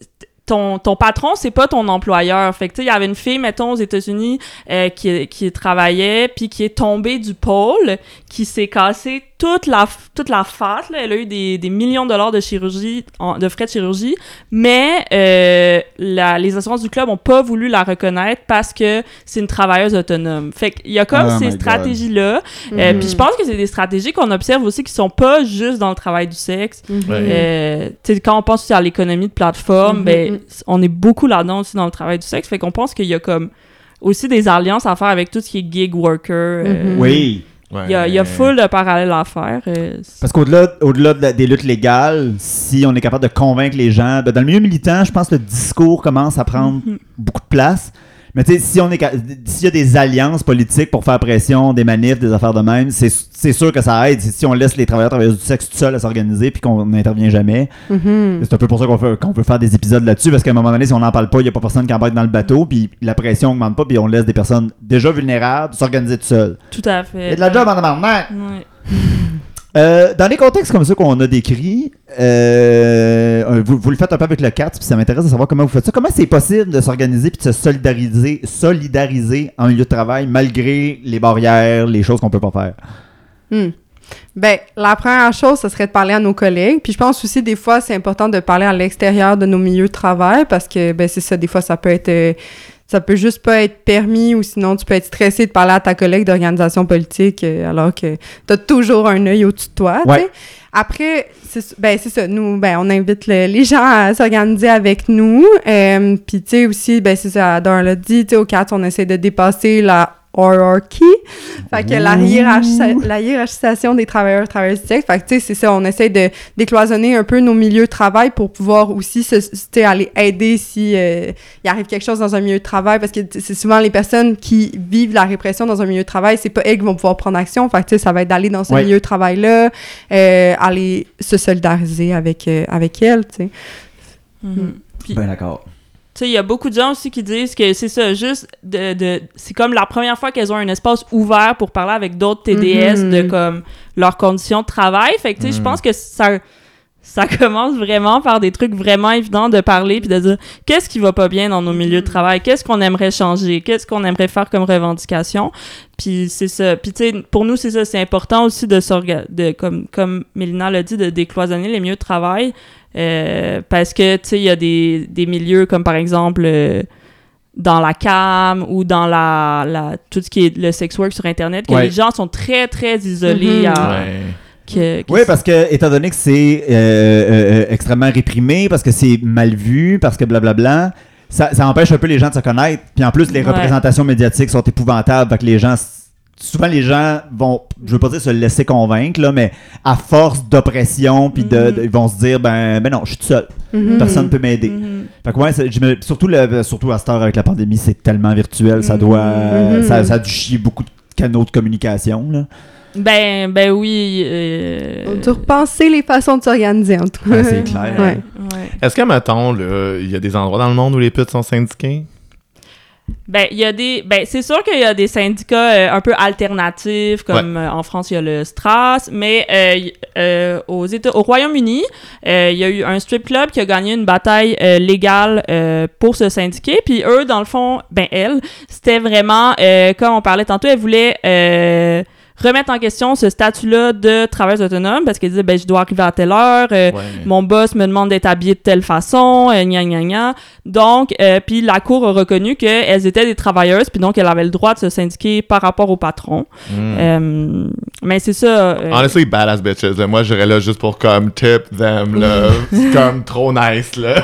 ton, ton patron, c'est pas ton employeur. Fait que, tu sais, il y avait une fille, mettons, aux États-Unis, euh, qui, qui travaillait, puis qui est tombée du pôle, qui s'est cassée toute la, toute la face, là. Elle a eu des, des millions de dollars de chirurgie, en- de frais de chirurgie, mais euh, la, les assurances du club ont pas voulu la reconnaître parce que c'est une travailleuse autonome. Fait qu'il y a comme Oh ces my God. stratégies-là. Euh, Mhm. puis je pense que c'est des stratégies qu'on observe aussi qui sont pas juste dans le travail du sexe. Mhm. Ouais. Euh, tu sais, quand on pense aussi à l'économie de plateforme, Mhm, ben, mhm. on est beaucoup là-dedans aussi dans le travail du sexe. Fait qu'on pense qu'il y a comme aussi des alliances à faire avec tout ce qui est gig worker. euh, Mhm. Oui. Ouais. Il y a, il y a full de parallèles à faire. euh, c'est- Parce qu'au-delà au-delà de la- des luttes légales, si on est capable de convaincre les gens, ben, dans le milieu militant, je pense que le discours commence à prendre Mhm. beaucoup de place. Mais tu sais, si on est ca- s'il y a des alliances politiques pour faire pression, des manifs, des affaires de même, c'est, c'est sûr que ça aide. C'est si on laisse les travailleurs travailleuses du sexe tout seuls à s'organiser puis qu'on n'intervient jamais. Mhm. C'est un peu pour ça qu'on, fait, qu'on veut faire des épisodes là-dessus, parce qu'à un moment donné, si on n'en parle pas, il n'y a pas personne qui embarque dans le bateau, puis la pression augmente pas, puis on laisse des personnes déjà vulnérables s'organiser tout seuls. Tout à Il fait. y a de la job en tabarnak! Ouais. Euh, dans les contextes comme ça qu'on a décrits, euh, vous, vous le faites un peu avec le C A T, puis ça m'intéresse de savoir comment vous faites ça. Comment c'est possible de s'organiser puis de se solidariser, solidariser en milieu de travail malgré les barrières, les choses qu'on peut pas faire? Hmm. Ben, la première chose, ce serait de parler à nos collègues. Puis je pense aussi, des fois, c'est important de parler à l'extérieur de nos milieux de travail parce que, ben, c'est ça, des fois, ça peut être... euh, ça peut juste pas être permis ou sinon tu peux être stressé de parler à ta collègue d'organisation politique euh, alors que t'as toujours un œil au-dessus de toi, tu Ouais. sais. Après, c'est, ben, c'est ça, nous, ben, on invite le- les gens à s'organiser avec nous. Euh, Puis, tu sais, aussi, ben, c'est ça, Adore l'a dit, tu sais, au C A T, on essaie de dépasser la hierarchy. Fait que la, hiérarchisa- la hiérarchisation des travailleurs travailleuses du sexe. Fait que, tu sais, c'est ça, on essaie de décloisonner un peu nos milieux de travail pour pouvoir aussi, se, tu sais, aller aider si euh, il arrive quelque chose dans un milieu de travail, parce que t- c'est souvent les personnes qui vivent la répression dans un milieu de travail, c'est pas elles qui vont pouvoir prendre action. Fait que, tu sais, ça va être d'aller dans ce Ouais. milieu de travail-là, euh, aller se solidariser avec, euh, avec elles, tu sais. Mhm. Puis, Ben d'accord. tu sais, il y a beaucoup de gens aussi qui disent que c'est ça, juste de, de c'est comme la première fois qu'elles ont un espace ouvert pour parler avec d'autres T D S Mhm. de comme leurs conditions de travail. Fait que tu sais, je Mhm. pense que ça ça commence vraiment par des trucs vraiment évidents de parler puis de dire qu'est-ce qui va pas bien dans nos milieux de travail, qu'est-ce qu'on aimerait changer, qu'est-ce qu'on aimerait faire comme revendication. Puis c'est ça. Puis tu sais, pour nous, c'est ça. C'est important aussi de s'organiser, de, comme, comme Mélina l'a dit, de décloisonner les milieux de travail euh, parce que, tu sais, il y a des, des milieux comme, par exemple, euh, dans la C A M ou dans la, la tout ce qui est le sex work sur Internet, que ouais. les gens sont très, très isolés Mm-hmm. à... Ouais. Que, que Oui, parce que, étant donné que c'est euh, euh, extrêmement réprimé, parce que c'est mal vu, parce que blablabla, ça, ça empêche un peu les gens de se connaître. Puis en plus, les Ouais. représentations médiatiques sont épouvantables. Fait que les gens, souvent les gens vont, je veux pas dire se laisser convaincre, là, mais à force d'oppression, puis de, Mm-hmm. de- ils vont se dire, ben, ben non, je suis tout seul. Mhm. Personne ne peut m'aider. Mm-hmm. Fait que ouais, c'est- je me- surtout, le, surtout à cette heure avec la pandémie, c'est tellement virtuel, ça doit, Mhm. ça, ça a dû chier beaucoup de canaux de communication, là. Ben, ben oui. Euh... On doit repenser les façons de s'organiser, en tout cas. Ouais, c'est clair. Ouais. Ouais. Est-ce que, mettons, là, il y a des endroits dans le monde où les putes sont syndiquées? Ben, il y a des... Ben, c'est sûr qu'il y a des syndicats euh, un peu alternatifs, comme euh, en France, il y a le Stras, mais euh, y- euh, aux États, au Royaume-Uni, euh, il y a eu un strip club qui a gagné une bataille euh, légale euh, pour se syndiquer, puis eux, dans le fond, ben, elles, c'était vraiment, euh, comme on parlait tantôt, elles voulaient... Euh, remettre en question ce statut-là de travailleuse autonome parce qu'elle disait ben je dois arriver à telle heure, euh, Ouais. mon boss me demande d'être habillée de telle façon, euh, gna gna gna. Donc, euh, puis la cour a reconnu qu'elles étaient des travailleuses, puis donc elles avaient le droit de se syndiquer par rapport au patron. Mm. Euh, mais c'est ça. euh, Honestly, badass bitches. Là. Moi, j'irais là juste pour comme tip them, là. C'est comme trop nice, là.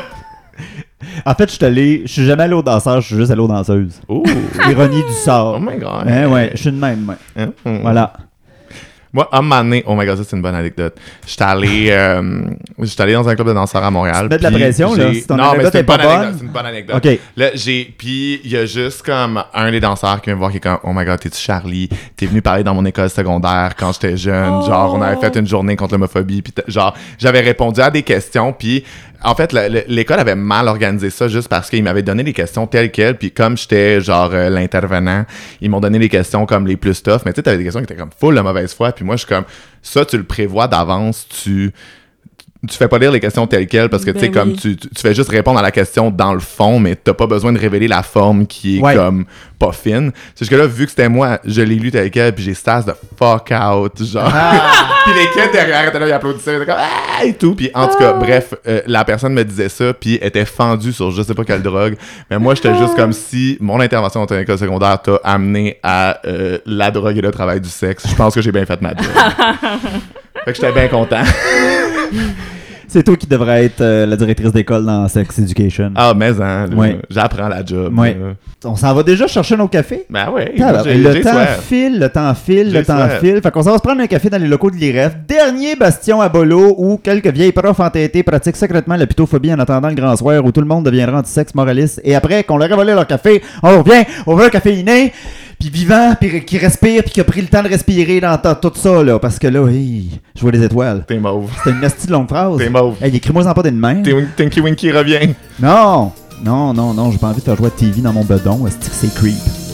En fait, je suis allé, je suis jamais allé au danseur, je suis juste allé aux danseuses. Ouh. Ironie du sort. Oh my god. Ouais, ouais, je suis de même, ouais. Hein? Mm. Voilà. Moi, un moment donné, oh my god, ça c'est une bonne anecdote. J'étais allé, euh, j'étais allé dans un club de danseurs à Montréal. Tu mets de la puis pression, là, j'ai- si ton non, mais anecdote c'est est une pas bonne bonne. anecdote. C'est une bonne anecdote. OK. Là, j'ai, puis il y a juste comme un des danseurs qui vient me voir qui est comme, oh my god, t'es-tu Charlie? T'es venu parler dans mon école secondaire quand j'étais jeune. Oh. Genre, on avait fait une journée contre l'homophobie. Puis t- genre, j'avais répondu à des questions. Puis en fait, le- le- l'école avait mal organisé ça juste parce qu'ils m'avaient donné les questions telles quelles. Puis comme j'étais genre euh, l'intervenant, ils m'ont donné les questions comme les plus tough. Mais tu sais, t'avais des questions qui étaient comme full de mauvaise foi. Puis moi, je suis comme, ça, tu le prévois d'avance. Tu. Tu fais pas lire les questions telles quelles parce que tu sais, Ben comme oui. tu, tu, tu fais juste répondre à la question dans le fond, mais t'as pas besoin de révéler la forme qui est Ouais. comme pas fine. C'est juste que là, vu que c'était moi, je l'ai lu tel quel, puis j'ai stas de fuck out, genre. Puis les kids derrière étaient là, ils applaudissaient, ils étaient comme ah et tout. Puis en tout cas, bref, euh, la personne me disait ça, puis était fendue sur je sais pas quelle drogue. Mais moi, j'étais juste comme si mon intervention dans ton école secondaire t'a amené à euh, la drogue et le travail du sexe. Je pense que j'ai bien fait ma job. Fait que j'étais bien content. C'est toi qui devrais être euh, la directrice d'école dans Sex Education. Ah, mais hein, là, Ouais. j'apprends la job. Ouais. là. On s'en va déjà chercher nos cafés? Ben ouais, Ah, moi, ben, j'ai le j'ai temps soif. file, le temps file, J'ai le temps soif. file. Fait qu'on s'en va se prendre un café dans les locaux de l'I R E F. Dernier bastion à Bolo où quelques vieilles profs entêtées pratiquent secrètement la pitophobie en attendant le grand soir où tout le monde deviendra anti-sexe moraliste. Et après qu'on leur ait volé leur café, on revient, on veut un café inné, puis vivant, puis qui respire, puis qui a pris le temps de respirer dans ta- tout ça, là. Parce que là, hey, je vois des étoiles. T'es mauve. C'était une nasty de longue phrase. T'es mauve. Hey, écris-moi en pas des mains. T'es Tinky Winky revient. Non! Non, non, non, j'ai pas envie de faire jouer à T V dans mon bedon. Est-ce que c'est creep?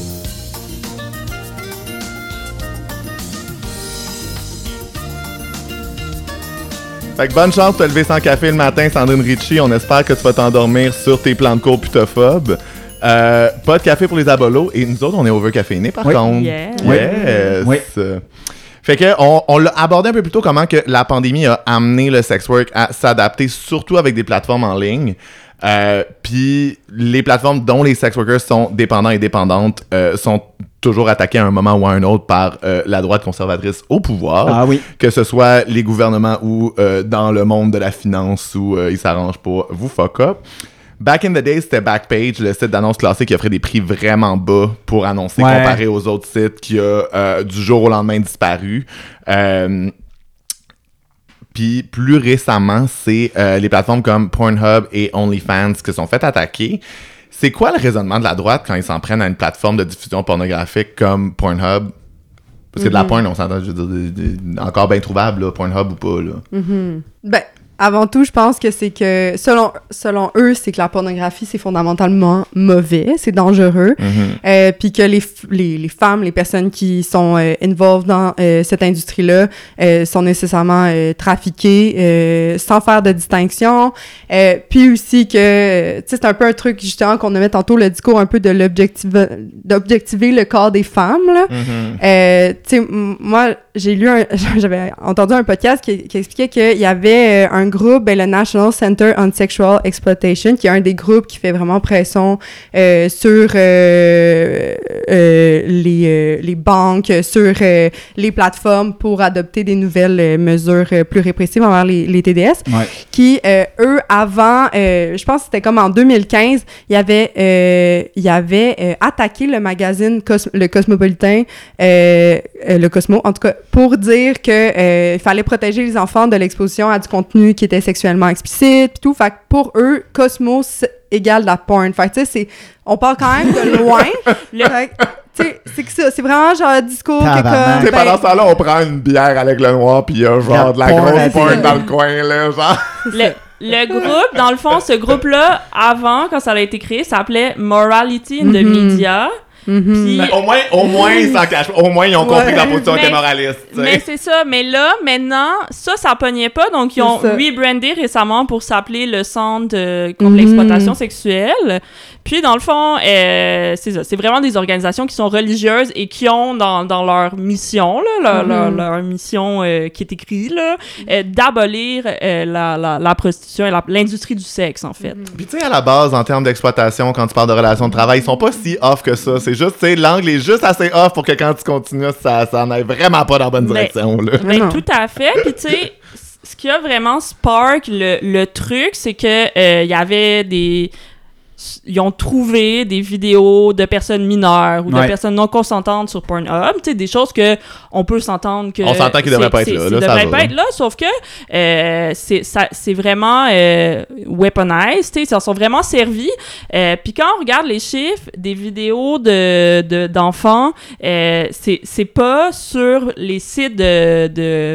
Fait que bonne chance de te lever sans café le matin, Sandrine Ritchie. On espère que tu vas t'endormir sur tes plans de cours putophobes. Euh, pas de café pour les abolos. Et nous autres, on est over-caféinés, par Oui. contre. Yeah. Yes. Oui. Fait que on, on l'a abordé un peu plus tôt comment que la pandémie a amené le sex work à s'adapter, surtout avec des plateformes en ligne. Euh, Puis les plateformes dont les sex workers sont dépendants et dépendantes euh, sont toujours attaquées à un moment ou à un autre par euh, la droite conservatrice au pouvoir. Ah oui. Que ce soit les gouvernements ou euh, dans le monde de la finance où euh, ils s'arrangent pour vous fuck up. Back in the day, c'était Backpage, le site d'annonce classé qui offrait des prix vraiment bas pour annoncer Ouais. comparé aux autres sites qui a euh, du jour au lendemain disparu. Euh, Puis plus récemment, c'est euh, les plateformes comme Pornhub et OnlyFans qui se sont fait attaquer. C'est quoi le raisonnement de la droite quand ils s'en prennent à une plateforme de diffusion pornographique comme Pornhub? Parce que de la porn, on s'entend, je veux dire, de- de- encore bien trouvable, là, Pornhub ou pas, là. Mhm. Ben, avant tout, je pense que c'est que, selon, selon eux, c'est que la pornographie, c'est fondamentalement mauvais, c'est dangereux. Mm-hmm. Euh, puis que les, les, les femmes, les personnes qui sont euh, involved dans euh, cette industrie-là euh, sont nécessairement euh, trafiquées euh, sans faire de distinction. Euh, puis aussi que, tu sais, c'est un peu un truc, justement, qu'on avait tantôt, le discours un peu de l'objective, d'objectiver le corps des femmes, là. Mm-hmm. Euh, tu sais, m- moi, j'ai lu un, j'avais entendu un podcast qui, qui expliquait qu'il y avait un groupe, ben, le National Center on Sexual Exploitation, qui est un des groupes qui fait vraiment pression euh, sur euh, euh, les, euh, les banques, sur euh, les plateformes pour adopter des nouvelles euh, mesures euh, plus répressives envers les, les T D S, ouais. qui, euh, eux, avant, euh, je pense que c'était comme en deux mille quinze, il y avait, euh, il y avait euh, attaqué le magazine Cos- le Cosmopolitain, euh, euh, le Cosmo, en tout cas, pour dire que euh, il fallait protéger les enfants de l'exposition à du contenu qui était sexuellement explicite, pis tout. Fait que pour eux, Cosmos égale la porn. Fait que, tu sais, c'est... On part quand même de loin. le... Fait que, tu sais, c'est que ça, c'est vraiment genre un discours que comme... Tu sais, ben... pendant ce temps-là, on prend une bière avec le noir, pis il y a genre la de la grosse porn dans le coin, là, genre... Le... Le groupe, dans le fond, ce groupe-là, avant, quand ça a été créé, ça s'appelait Morality in the Mm-hmm. Media. Mm-hmm. Puis, ben, au moins, au moins, ils s'en cachent. Au moins, ils ont compris ouais. que la position mais, était moraliste. T'sais. Mais c'est ça. Mais là, maintenant, ça, ça pognait pas. Donc, ils ont rebrandé récemment pour s'appeler le Centre de, contre mm-hmm. l'exploitation sexuelle. Puis, dans le fond, euh, c'est ça. C'est vraiment des organisations qui sont religieuses et qui ont dans, dans leur mission, là, leur, mm-hmm. leur, leur mission euh, qui est écrite, là, euh, d'abolir euh, la, la, la prostitution et la, l'industrie du sexe, en fait. Mm-hmm. Puis, tu sais, à la base, en termes d'exploitation, quand tu parles de relations de travail, ils sont pas si off que ça. C'est juste, tu sais, l'angle est juste assez off pour que quand tu continues, ça, ça n'aille vraiment pas dans la bonne direction, ben, là. Ben, tout à fait. Puis, tu sais, ce qui a vraiment spark le, le truc, c'est que il euh, y avait des... Ils ont trouvé des vidéos de personnes mineures ou de ouais. personnes non consentantes sur Pornhub, tu sais, des choses que on peut s'entendre que... On s'entend qu'ils devraient pas être là. Ils devraient pas être là, sauf que euh, c'est, ça, c'est vraiment euh, weaponized, tu sais, ils s'en sont vraiment servis. Euh, Puis quand on regarde les chiffres des vidéos de, de, d'enfants, euh, c'est, c'est pas sur les sites de... de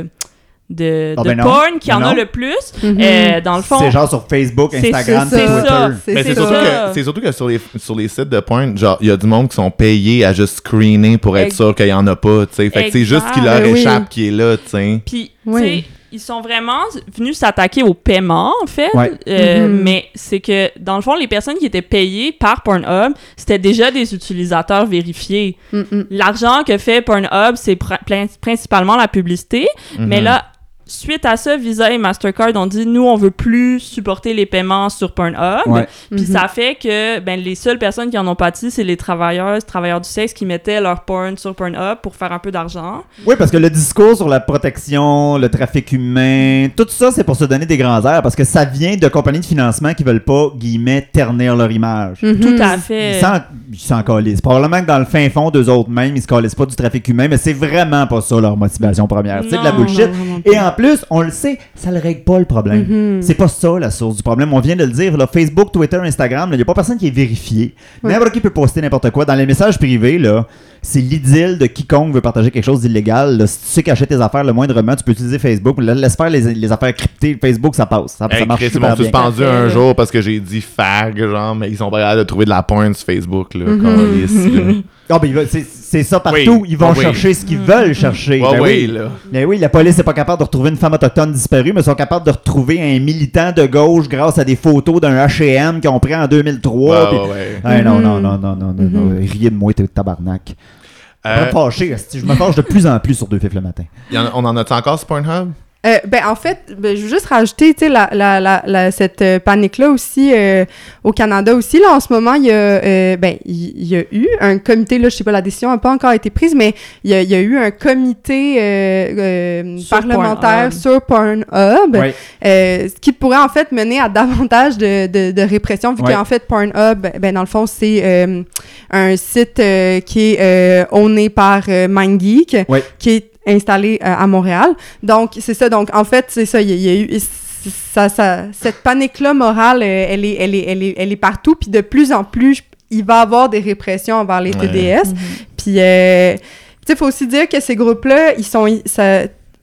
de, oh, de ben porn qui ben en non. a le plus. Mm-hmm. Euh, dans le fond... C'est genre sur Facebook, Instagram, c'est, c'est Twitter. Ça, c'est, mais c'est, c'est, surtout ça. que, c'est surtout que sur les, sur les sites de porn, genre, il y a du monde qui sont payés à juste screener pour être Ex- sûr qu'il y en a pas, tu sais. Fait que c'est juste qui leur oui. échappe qui est là, tu sais. Puis, oui. tu sais, ils sont vraiment venus s'attaquer au paiement, en fait. Ouais. Euh, Mm-hmm. Mais c'est que, dans le fond, les personnes qui étaient payées par Pornhub, c'était déjà des utilisateurs vérifiés. Mm-mm. L'argent que fait Pornhub, c'est pr- principalement la publicité. Mm-hmm. Mais là, suite à ça, Visa et Mastercard ont dit, nous, on veut plus supporter les paiements sur Pornhub. Ouais. Puis Mm-hmm. ça fait que ben, les seules personnes qui en ont pâti, c'est les travailleurs, travailleurs du sexe qui mettaient leur porn sur Pornhub pour faire un peu d'argent. Oui, parce que le discours sur la protection, le trafic humain, tout ça, c'est pour se donner des grands airs, parce que ça vient de compagnies de financement qui veulent pas, guillemets, ternir leur image. Mm-hmm. Tout à fait. Ils s'en, ils s'en calissent. Probablement que dans le fin fond d'eux autres mêmes, ils se calissent pas du trafic humain, mais c'est vraiment pas ça leur motivation première. C'est de la Non, bullshit. non, non, Et en plus, on le sait, ça le règle pas le problème. Mm-hmm. C'est pas ça la source du problème. On vient de le dire, là, Facebook, Twitter, Instagram, il y a pas personne qui est vérifié. Ouais. N'importe qui peut poster n'importe quoi. Dans les messages privés, là, c'est l'idylle de quiconque veut partager quelque chose d'illégal. Là. Si tu sais cacher tes affaires le moindrement, tu peux utiliser Facebook. Laisse faire les, les affaires cryptées. Facebook, ça passe. Ça, Hey, ça marche Chris, ils super m'ont bien. suspendu Parfait. un jour parce que j'ai dit fag, genre, mais ils sont pas capables de trouver de la porn sur Facebook, là. Mm-hmm. câlisse, là. Ah, ben, il va- c'est, c'est ça partout. Oui. Ils vont Ah oui. chercher ce qu'ils veulent chercher. Ouais, Ben oui, oui. là. Mais oui, la police n'est pas capable de retrouver une femme autochtone disparue, mais ils sont capables de retrouver un militant de gauche grâce à des photos d'un H et M qu'ils ont pris en deux mille trois. Ouais, puis- ouais, ouais. Hey, non, Mhm. non, non, non, non, non, non. Riez de moi, t'es tabarnak. Euh, Pas fâché, esti. Je me fâche de plus en plus sur deux fifs le matin. y en a- on en a-tu encore sur Pornhub? Euh, ben, en fait, ben, je veux juste rajouter, tu sais, la, la, la, la- cette euh, panique-là aussi euh, au Canada aussi. Là, en ce moment, il y a, euh, ben, il il y a eu un comité, là, je sais pas, la décision n'a pas encore été prise, mais il y a, il y a eu un comité euh, euh, Sur parlementaire Pornhub. sur Pornhub, Ouais. euh, ce qui pourrait en fait mener à davantage de, de, de répression, vu Ouais. qu'en fait, Pornhub, ben, dans le fond, c'est euh, un site euh, qui est euh, owné par euh, MindGeek, Ouais. qui est installé euh, à Montréal. Donc, c'est ça. Donc, en fait, c'est ça. Il y, a- il y a eu... Ça, ça, cette panique-là morale, euh, elle, est, elle, est, elle, est, elle est partout. Puis de plus en plus, je- il va y avoir des répressions envers les T D S. Mhm. Puis, euh, tu sais, il faut aussi dire que ces groupes-là, ils sont... Ça,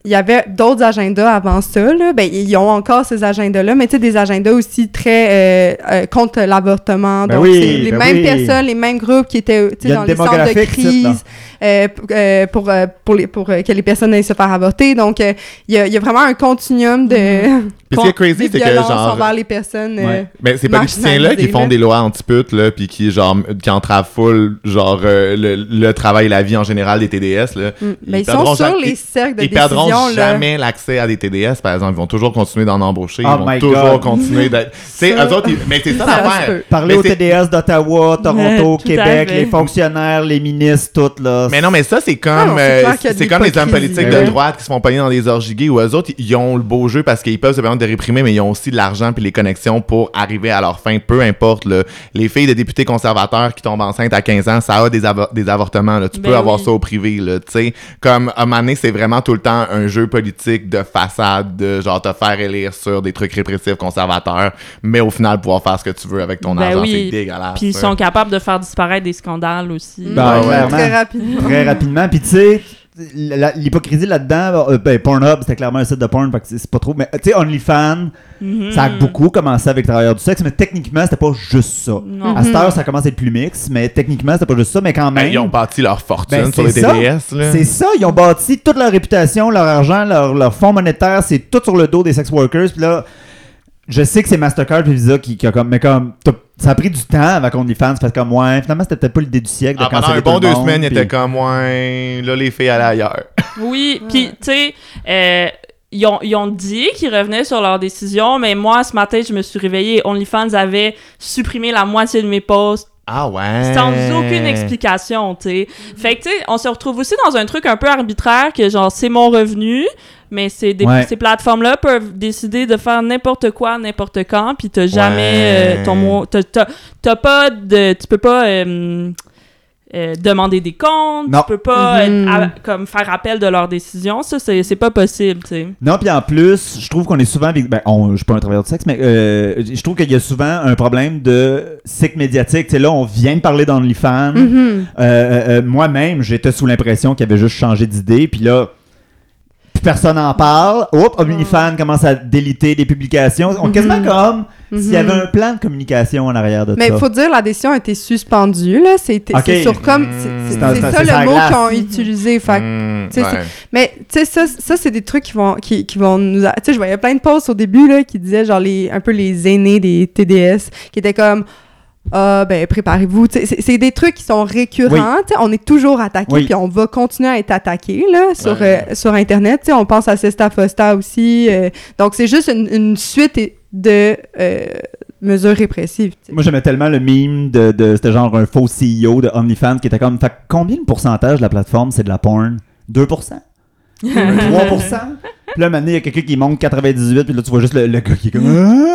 il y avait d'autres agendas avant ça, là. Ben, ils ont encore ces agendas-là, mais tu sais, des agendas aussi très euh, euh, contre l'avortement. Ben donc, oui, c'est les ben mêmes oui. personnes, les mêmes groupes qui étaient tu sais, dans les centres de crise euh, pour, euh, pour, euh, pour, les, pour euh, que les personnes aillent se faire avorter. Donc, il euh, y, a, y a vraiment un continuum de... Mm-hmm. Puis ce qui est crazy, des c'est que violences genre... envers les personnes euh, Ouais. Mais ces politiciens-là qui font là. des lois anti-putes, là, puis qui, genre, qui entravent full, genre, euh, le, le travail et la vie en général des T D S, là. Mm. Ben, ils perdront sont sur jamais- les cercles de Ils décision, perdront là. jamais l'accès à des T D S, par exemple. Ils vont toujours continuer d'en embaucher. Ils Oh vont my toujours God. continuer d'être... Tu sais, Ça- eux autres, ils- mais c'est ça Ça se l'affaire. peut. Parler Mais au c'est- T D S d'Ottawa, Toronto, Tout à Québec, fait. les fonctionnaires, les ministres, tout là. Mais non, mais ça, c'est Ah comme, non, c'est euh, clair qu'il y a de c'est comme les hommes l'hypocrisie, politiques là. de droite qui se font pogner dans des orgies gays, ou eux autres, ils ont le beau jeu parce qu'ils peuvent se permettre de réprimer, mais ils ont aussi de l'argent puis les connexions pour arriver à leur fin, peu importe. Là. Les filles de députés conservateurs qui tombent enceintes à quinze ans, ça a des, avo- des avortements. Là. Tu Ben peux avoir oui. ça au privé. Là, tu sais. Comme, à un moment donné, c'est vraiment tout le temps un jeu politique de façade, de genre te faire élire sur des trucs répressifs conservateurs, mais au final, pouvoir faire ce que tu veux avec ton Ben argent, oui. c'est dégueulasse. Puis ils ça. sont capables de faire disparaître des scandales aussi. Ben, Mm. clairement. Très rapidement. Très rapidement. Puis tu sais, la- l'hypocrisie là-dedans, euh, ben, Pornhub, c'était clairement un site de porn, fait que c'est c'est pas trop. Mais tu sais, OnlyFans, Mhm. ça a beaucoup commencé avec Travailleurs du sexe, mais techniquement, c'était pas juste ça. Non. À cette heure, ça commence à être plus mix, mais techniquement, c'était pas juste ça, mais quand Ben, même. ils ont bâti leur fortune Ben, sur les c'est T ça. D S. Là. C'est ça, ils ont bâti toute leur réputation, leur argent, leur, leur fonds monétaire, c'est tout sur le dos des sex workers. Puis là, je sais que c'est Mastercard et Visa qui, qui a comme, mais comme, t'as- ça a pris du temps avant qu'OnlyFans fasse comme, ouais, finalement, c'était peut-être pas l'idée du siècle de Ah, pendant canceller un tout bon le deux monde, semaines, il puis- était comme, ouais, là, les filles allaient ailleurs. Oui, puis tu sais, euh, ils ont, ils ont dit qu'ils revenaient sur leur décision, mais moi, ce matin, je me suis réveillée et OnlyFans avait supprimé la moitié de mes posts Ah ouais. sans aucune explication, tu sais. Fait que, tu sais, on se retrouve aussi dans un truc un peu arbitraire que, genre, c'est mon revenu, mais c'est des, Ouais. ces plateformes-là peuvent décider de faire n'importe quoi, n'importe quand, puis t'as jamais Ouais. euh, ton mot... T'as, t'as, t'as pas de... Tu peux pas... euh, euh, demander des comptes, Non. tu peux pas Mhm. euh, à- comme faire appel de leurs décisions, ça c'est, c'est pas possible, tu sais. Non, puis en plus, je trouve qu'on est souvent avec. Ben, on, je suis pas un travailleur du sexe, mais euh, je trouve qu'il y a souvent un problème de cycle médiatique. Tu sais, là, on vient de parler d'OnlyFans. Mhm. Euh, euh, euh, moi-même, j'étais sous l'impression qu'il avait juste changé d'idée, puis là. plus personne n'en parle. Oups, OnlyFans commence à déliter des publications. On quasiment Mhm. comme s'il y Mhm. avait un plan de communication en arrière de Mais ça. il faut dire, la décision a été suspendue, là. C'est Ok. c'est sur comme... C'est Mm. c'est- C'est un- c'est c'est ça sa le mot glace. qu'ils ont utilisé. Fait que Mmh, tu sais, ouais. Mais tu sais, ça, ça c'est des trucs qui vont, qui, qui vont nous... a- Tu sais, je voyais plein de posts au début là, qui disaient genre les, un peu les aînés des T D S, qui étaient comme... Ah, ben, préparez-vous. Tu sais, C'est c'est des trucs qui sont récurrents. Tu sais, on est toujours attaqué, Oui. puis on va continuer à être attaqué là, sur, Ouais. euh, sur Internet. Tu sais, on pense à Sesta Fosta aussi. euh, donc, c'est juste une, une suite de euh, mesures répressives. tu sais. Moi, j'aimais tellement le meme de, de c'était genre un faux C E O de OnlyFans qui était comme, fait que combien de pourcentage de la plateforme c'est de la porn? deux pour cent? Un trois pour cent? Puis là, maintenant, il y a quelqu'un qui monte quatre-vingt-dix-huit, puis là, tu vois juste le, le gars qui est comme...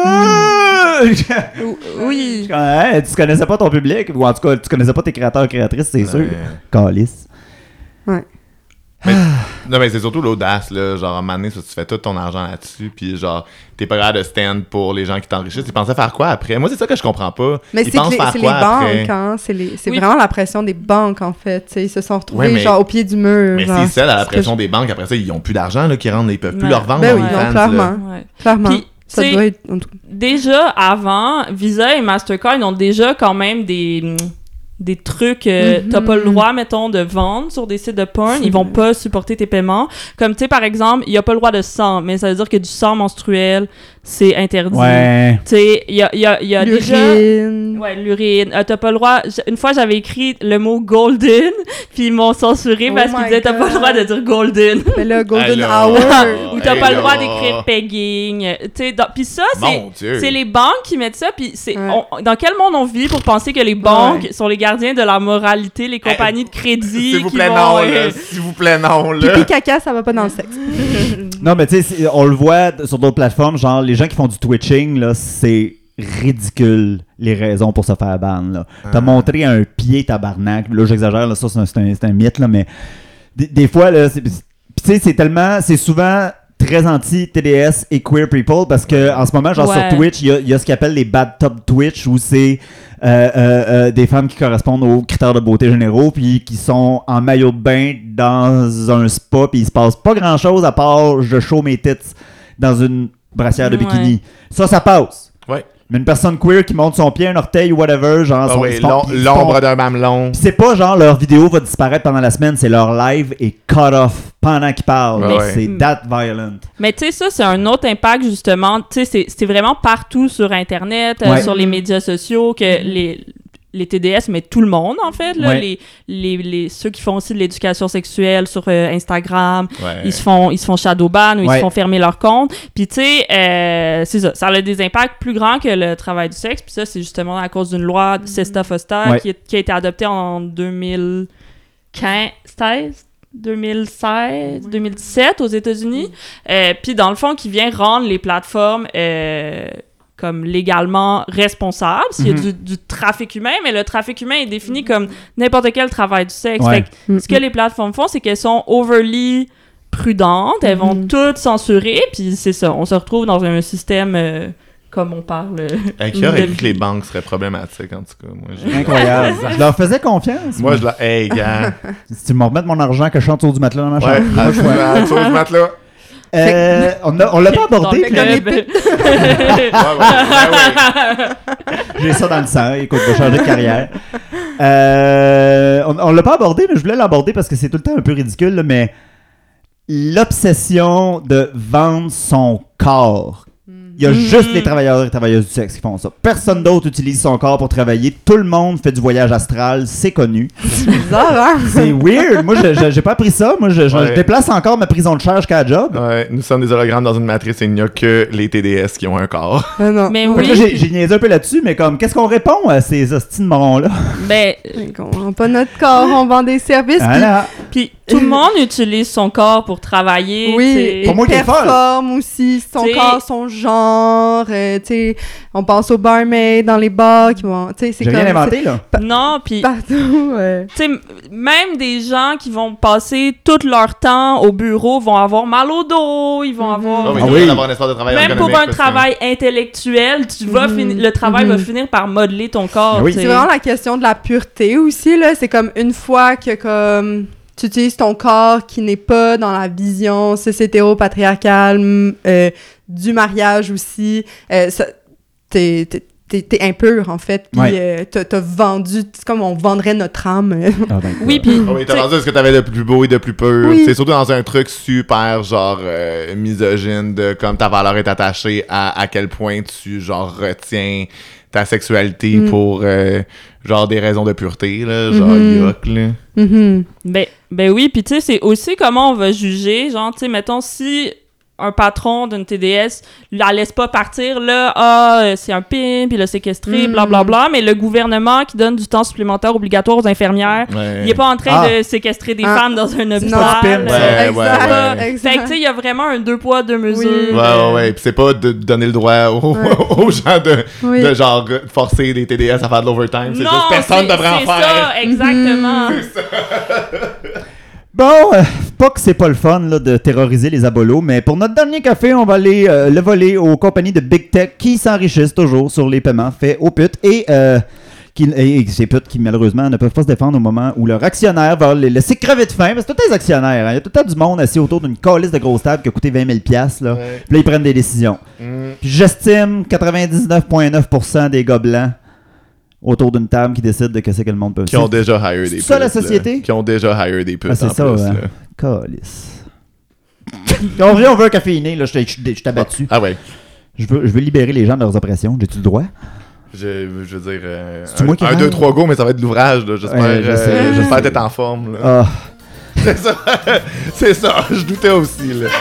Ah! Oui. Ouais, tu connaissais pas ton public, ou en tout cas, tu connaissais pas tes créateurs et créatrices, c'est sûr. Ouais. Calice. Non, mais c'est surtout l'audace, là. Genre, à un moment donné, ça, tu fais tout ton argent là-dessus, puis genre, t'es pas capable de stand pour les gens qui t'enrichissent. Ils pensaient faire quoi après? Moi, c'est ça que je comprends pas. Mais Ils c'est que pensent les, faire c'est les quoi après? banques, hein. C'est les- c'est Oui. vraiment la pression des banques, en fait. Tu sais, ils se sont retrouvés Ouais, mais- genre au pied du mur. Mais genre, s'ils cèdent à la ce que pression des banques, après ça, ils ont plus d'argent, là, qui rentrent, ils peuvent plus Ouais. leur vendre Ben oui, OnlyFans, non, là. clairement. Ouais. Clairement. Puis, ça tu sais, doit être... en tout cas. déjà avant, Visa et Mastercard, ils ont déjà quand même des, des trucs. euh, Mhm. T'as pas le droit, mettons, de vendre sur des sites de porn. Ils vont pas supporter tes paiements. Comme, tu sais, par exemple, il y a pas le droit de sang, mais ça veut dire que du sang menstruel, c'est interdit. Ouais. Tu sais, il y a, il y a, il y a déjà... L'urine. Ouais, l'urine. Euh, t'as pas le droit. j- Une fois, j'avais écrit le mot golden, puis ils m'ont censuré Oh parce qu'ils my disaient t'as pas le droit de dire golden. Mais là, Golden Alors, Hour. Ou t'as pas le droit alors. d'écrire pegging. Euh, Tu sais, dans- puis ça, c'est. Mon Dieu. C'est les banques qui mettent ça, puis c'est Ouais. on- dans quel monde on vit pour penser que les banques sont les gardiens de la moralité, les compagnies de crédit S'il vous qui plaît, vont, non, euh, là. S'il vous plaît, non, là. Pipi caca, ça va pas dans le sexe. Non, mais tu sais, c'est- on le voit sur d'autres plateformes, genre les gens qui font du twitching, là, c'est ridicule les raisons pour se faire ban, là. T'as Ah. montré un pied tabarnak, là j'exagère, là, ça c'est un, c'est un, c'est un mythe, là, mais des, des fois, là, c'est- puis tu sais, c'est tellement, c'est souvent très anti-T D S et queer people parce que en ce moment, genre Ouais. sur Twitch, il y a, il y a ce qu'ils appellent les bad top Twitch où c'est euh, euh, euh, des femmes qui correspondent aux critères de beauté généraux puis qui sont en maillot de bain dans un spa puis il se passe pas grand-chose à part je show mes tits dans une brassière de Ouais. bikini. Ça, ça passe. Ouais. Mais une personne queer qui monte son pied, un orteil ou whatever, genre... Ah son- oui, ils se font- l'om- ils se l'ombre font- d'un mamelon. Pis c'est pas genre leur vidéo va disparaître pendant la semaine, c'est leur live est cut off pendant qu'ils parlent. Ouais, ouais. C'est that violent. Mais tu sais, ça, c'est un autre impact, justement. Tu sais, c'est- c'est vraiment partout sur Internet, euh, Ouais. sur les médias sociaux, que les, les T D S, mais tout le monde, en fait, là, Ouais. les, les, les, ceux qui font aussi de l'éducation sexuelle sur euh, Instagram, Ouais. ils se font ils se font shadowban ou ils Ouais. se font fermer leur compte. Puis tu sais, euh, c'est ça, ça a des impacts plus grands que le travail du sexe. Puis ça, c'est justement à cause d'une loi Sesta Fosta Ouais. qui, est- qui a été adoptée en deux mille quinze, deux mille seize, deux mille dix-sept aux États-Unis. Euh, puis dans le fond, qui vient rendre les plateformes euh, comme légalement responsables s'il y a Mhm. du, du trafic humain, mais le trafic humain est défini comme n'importe quel travail du sexe. Ouais. Fait que ce que les plateformes font, c'est qu'elles sont overly prudentes, elles vont Mhm. toutes censurer, puis c'est ça, on se retrouve dans un système euh, comme on parle. euh, Hey, qui aurait de dit que vie. les banques seraient problématiques, en tout cas? Moi, j'ai- Incroyable. Je leur faisais confiance. Moi, je la... Hey, gars! Si tu me remets mon argent que je chante autour du matelas dans ma Ouais, chambre. à à- sur le matelas. Euh, on a- on l'a pas Dans abordé. le mais- club. Ouais, ouais, ouais, ouais. J'ai ça dans le sang. Écoute, je vais changer de carrière. Euh, on, on l'a pas abordé, mais je voulais l'aborder parce que c'est tout le temps un peu ridicule, là, mais l'obsession de vendre son corps. Il y a Mhm. juste les travailleurs et travailleuses du sexe qui font ça. Personne d'autre utilise son corps pour travailler. Tout le monde fait du voyage astral, c'est connu. C'est bizarre, hein? C'est weird. Moi, je- je- j'ai pas appris ça. Moi, je, je- Ouais. je déplace encore ma prison de chair jusqu'à la job. Ouais, nous sommes des hologrammes dans une matrice et il n'y a que les T D S qui ont un corps. Ah non. Mais Fait que oui, là, j'ai, j'ai niaisé un peu là-dessus, mais comme, qu'est-ce qu'on répond à ces hosties de morons-là? ben, On vend pas notre corps, on vend des services. puis- Voilà. puis tout le monde utilise son corps pour travailler. Oui, t'sais. Pour moi qui est folle. performe aussi son T'sais- corps, son genre. euh, tu sais, on pense aux barmaids dans les bars qui vont. Tu sais, c'est J'ai comme. rien inventé, là. Non, puis c'est Partout. ouais. tu sais, m- même des gens qui vont passer tout leur temps au bureau vont avoir mal au dos, ils vont Mhm. avoir... Ah oui, Ah il oui. doit avoir un espace de travail Même pour ergonomique un parce que- travail intellectuel, tu vas Mhm. fini- le travail va Mhm. finir par modeler ton corps. Ah oui. t'sais. C'est vraiment la question de la pureté aussi, là. C'est comme une fois que, comme. Tu utilises ton corps qui n'est pas dans la vision cis-hétéro-patriarcale euh, du mariage aussi. Euh, ça- t'es, t'es, t'es, t'es impur, en fait. Puis Ouais. euh, t'as, t'as vendu... C'est comme on vendrait notre âme. Ah, ben, Oui, quoi. puis... Ah oui, t'as t'sais, vendu ce que t'avais de plus beau et de plus pur. Oui. C'est surtout dans un truc super, genre, euh, misogyne, de comme ta valeur est attachée à à quel point tu, genre, retiens ta sexualité Mm. pour, euh, genre, des raisons de pureté, là, genre, Mhm. yuck, là. Mhm. Ben, ben oui, puis tu sais, c'est aussi comment on va juger. Genre, tu sais, mettons, si un patron d'une T D S la laisse pas partir, là, ah, euh, c'est un pimp, il a séquestré, Mm. blablabla, mais le gouvernement qui donne du temps supplémentaire obligatoire aux infirmières, Ouais. il est pas en train Ah. de séquestrer des Ah. femmes dans un hôpital. pas du pimp, euh, ça. Ouais, exact, ouais, ouais. exact. Fait que, tu sais, il y a vraiment un deux poids, deux mesures. Oui. Ouais, euh, ouais, ouais. Puis c'est pas de donner le droit aux, Ouais. aux gens de, Oui. de, genre, forcer les T D S à faire de l'overtime. C'est Non, juste personne c'est- devrait en c'est faire. ça, exactement. Bon, euh, pas que c'est pas le fun là, de terroriser les abolos, mais pour notre dernier café, on va aller euh, le voler aux compagnies de Big Tech qui s'enrichissent toujours sur les paiements faits aux putes et, euh, qui, et ces putes qui malheureusement ne peuvent pas se défendre au moment où leur actionnaire va les laisser crever de faim. Parce que c'est tous des actionnaires. hein. Il y a tout le temps du monde assis autour d'une calice de grosse table qui a coûté vingt mille dollars. Là. Ouais. Puis là, ils prennent des décisions. Mm. Puis j'estime quatre-vingt-dix-neuf virgule neuf pour cent des gars blancs autour d'une table qui décident de qu'est-ce que le monde peut Qui ont déjà hire des C'est putes. ça, la là. société? Qui ont déjà hire des putes. Ah, c'est en ça, plus, ouais. là. Calice. on vient, on veut un caféiné, là, je t'ai- je t'ai je t'ai abattu. Ah ouais. Je veux, je veux libérer les gens de leurs oppressions. J'ai-tu le droit? Je, je veux dire, euh, C'est-tu un, moi qui un, rêve? deux, trois go, mais ça va être de l'ouvrage, là. J'espère, Ouais, je euh, sais, je j'espère sais. être en forme, là. Ah, C'est ça, c'est ça, je doutais aussi, là.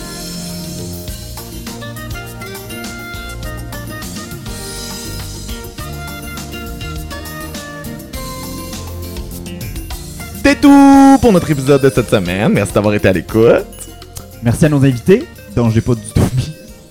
C'est tout pour notre épisode de cette semaine. Merci d'avoir été à l'écoute. merci à nos invités, dont j'ai pas du tout mis.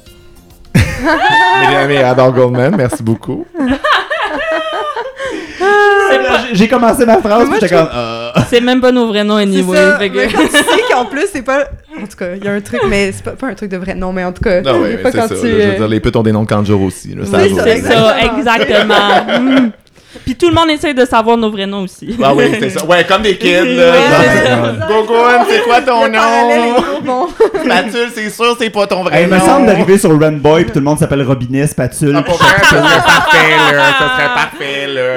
Myriam et Adam Goldman, merci beaucoup. C'est pas- J'ai- J'ai commencé ma phrase, Moi, puis j'étais je comme... euh, C'est même pas nos vrais noms, C'est anyway. ça. Fait que- Mais quand tu sais qu'en plus, c'est pas... En tout cas, il y a un truc, mais c'est pas, pas un truc de vrai nom, mais en tout cas, Non, des ouais, fois, c'est quand ça. tu... là, je veux euh, dire, les putes ont des noms de kanjur aussi. Là, ça Oui, va. C'est ça, Exactement. exactement. Mm. Puis tout le monde essaie de savoir nos vrais noms aussi. Ah oui, c'est ça. Ouais, comme des kids, là. Ouais, genre, c'est ça. Gogoon, c'est quoi ton le parallèle est nom? trop bon. Spatule, c'est sûr, c'est pas ton vrai Hey, il nom. me semble d'arriver sur Run Boy puis tout le monde s'appelle Robinet, Spatule. Ah, pour vrai, ça serait parfait, là. Ça serait parfait, là.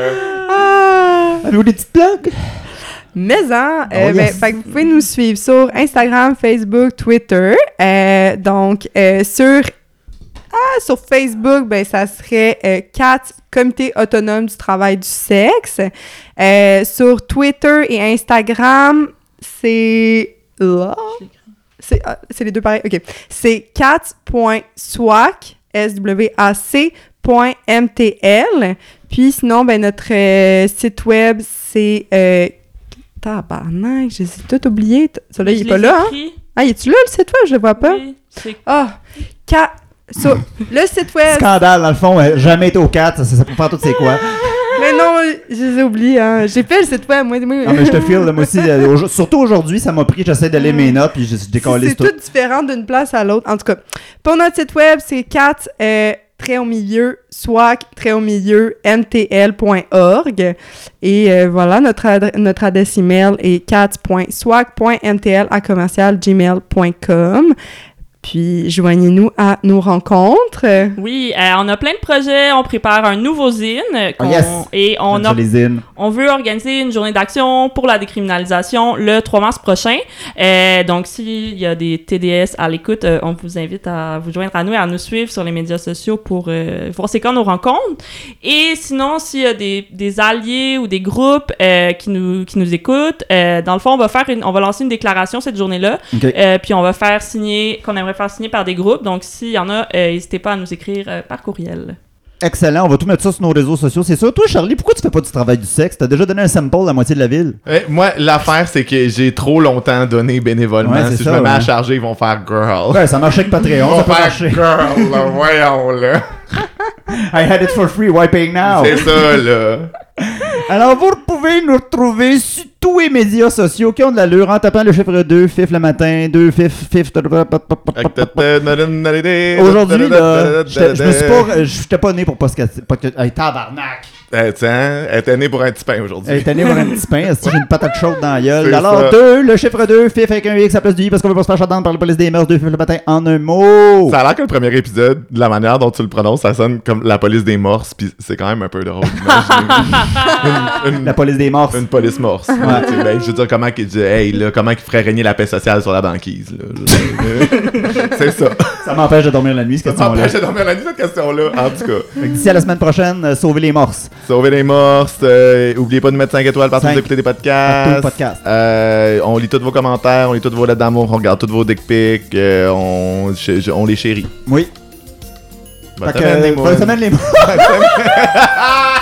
Ah. Avez-vous des petites blagues? Mais hein, euh, Oh, ben, yes. fait que vous pouvez nous suivre sur Instagram, Facebook, Twitter. Euh, donc, euh, sur, ah, sur Facebook, ben, ça serait euh, C A T, Comité autonome du travail du sexe. Euh, sur Twitter et Instagram, c'est... là. C'est ah, c'est les deux pareils? OK. C'est cat point swac, S W A C, point M T L. Puis sinon, ben, notre euh, site web, c'est... Euh, tabarnak, j'ai tout oublié. Celui-là, il Je est pas les là, hein? écris. Ah, il est-tu là, le site web? Je le vois pas. Oui, c'est- Ah! Ca- so, le site web... Scandale, dans le fond, euh, jamais été au quatre, ça, ça peut faire tout c'est quoi. Mais non, je les ai oubliés, hein. J'ai fait le site web, moi. moi. Non, mais je te file, là, moi aussi, euh, au- surtout aujourd'hui, ça m'a pris, j'essaie de lire mes notes, puis je, je décalise C'est tout. tout différent d'une place à l'autre. En tout cas, pour notre site web, c'est cat, euh, trait au milieu, swac, trait au milieu, m t l point org. Et euh, voilà, notre, adre- notre adresse email est cat point swac point m t l à commercial gmail point com. Puis, joignez-nous à nos rencontres. Oui, euh, on a plein de projets. On prépare un nouveau zine. euh, qu'on- Oh, yes. Et on, Sur a, les zines. on veut organiser une journée d'action pour la décriminalisation le trois mars prochain. Euh, donc, s'il y a des T D S à l'écoute, euh, on vous invite à vous joindre à nous et à nous suivre sur les médias sociaux pour euh, voir c'est quand nos rencontres. Et sinon, s'il y a des, des alliés ou des groupes euh, qui, nous, qui nous écoutent, euh, dans le fond, on va, faire une, on va lancer une déclaration cette journée-là. OK. Euh, puis on va faire signer, qu'on aimerait faire signer par des groupes. Donc, s'il y en a, euh, n'hésitez pas à nous écrire euh, par courriel. Excellent, on va tout mettre ça sur nos réseaux sociaux, c'est sûr. Toi, Charlie, pourquoi tu fais pas du travail du sexe? T'as déjà donné un sample à la moitié de la ville. Ouais, moi, l'affaire, c'est que j'ai trop longtemps donné bénévolement. Ouais, c'est si ça, je me mets à ouais. charger, ils vont faire girl. Ouais, ça marche avec Patreon, Ils ça vont peut faire marcher. girl, là, voyons, là. I had it for free, why paying now? C'est ça, là. Alors, vous pouvez nous retrouver sur tous les médias sociaux qui ont de l'allure en tapant le chiffre deux, F I F le matin, deux F I F, F I F. Aujourd'hui, là, j'étais- je me suis pas. J'étais pas né pour podcaster. podca- Hey, tabarnak! Eh, tiens, elle était née pour un petit pain aujourd'hui. Elle est né pour un petit pain. Est-ce que j'ai une patate chaude dans la gueule? C'est Alors, ça. deux, le chiffre deux, F I F avec un X à la place du I parce qu'on veut pas se faire shutdown par la police des mœurs, deux F I F le matin en un mot. Ça a l'air que le premier épisode, de la manière dont tu le prononces, ça sonne comme la police des morses, puis c'est quand même un peu drôle. Imaginer une, une- La police des morses. une police morse. Tu sais, ben, je veux dire, comment qu'il dit, hey, là, comment qu'il ferait régner la paix sociale sur la banquise, là. Je veux dire, euh, c'est ça. Ça m'empêche de dormir la nuit, cette Ça question-là. m'empêche de dormir la nuit, cette question-là. En tout cas, Fait que D'ici à la semaine prochaine, euh, sauvez les morses. sauvez les morses. euh, oubliez pas de mettre cinq étoiles parce que Cinq. vous écoutez des Partout podcasts. le podcast. Euh, on lit tous vos commentaires, on lit toutes vos lettres d'amour, on regarde tous vos dick pics, euh, on, ch- ch- on les chérit. Oui. Bonne Fait que, semaine, les euh, bonne moines. semaine, les morses.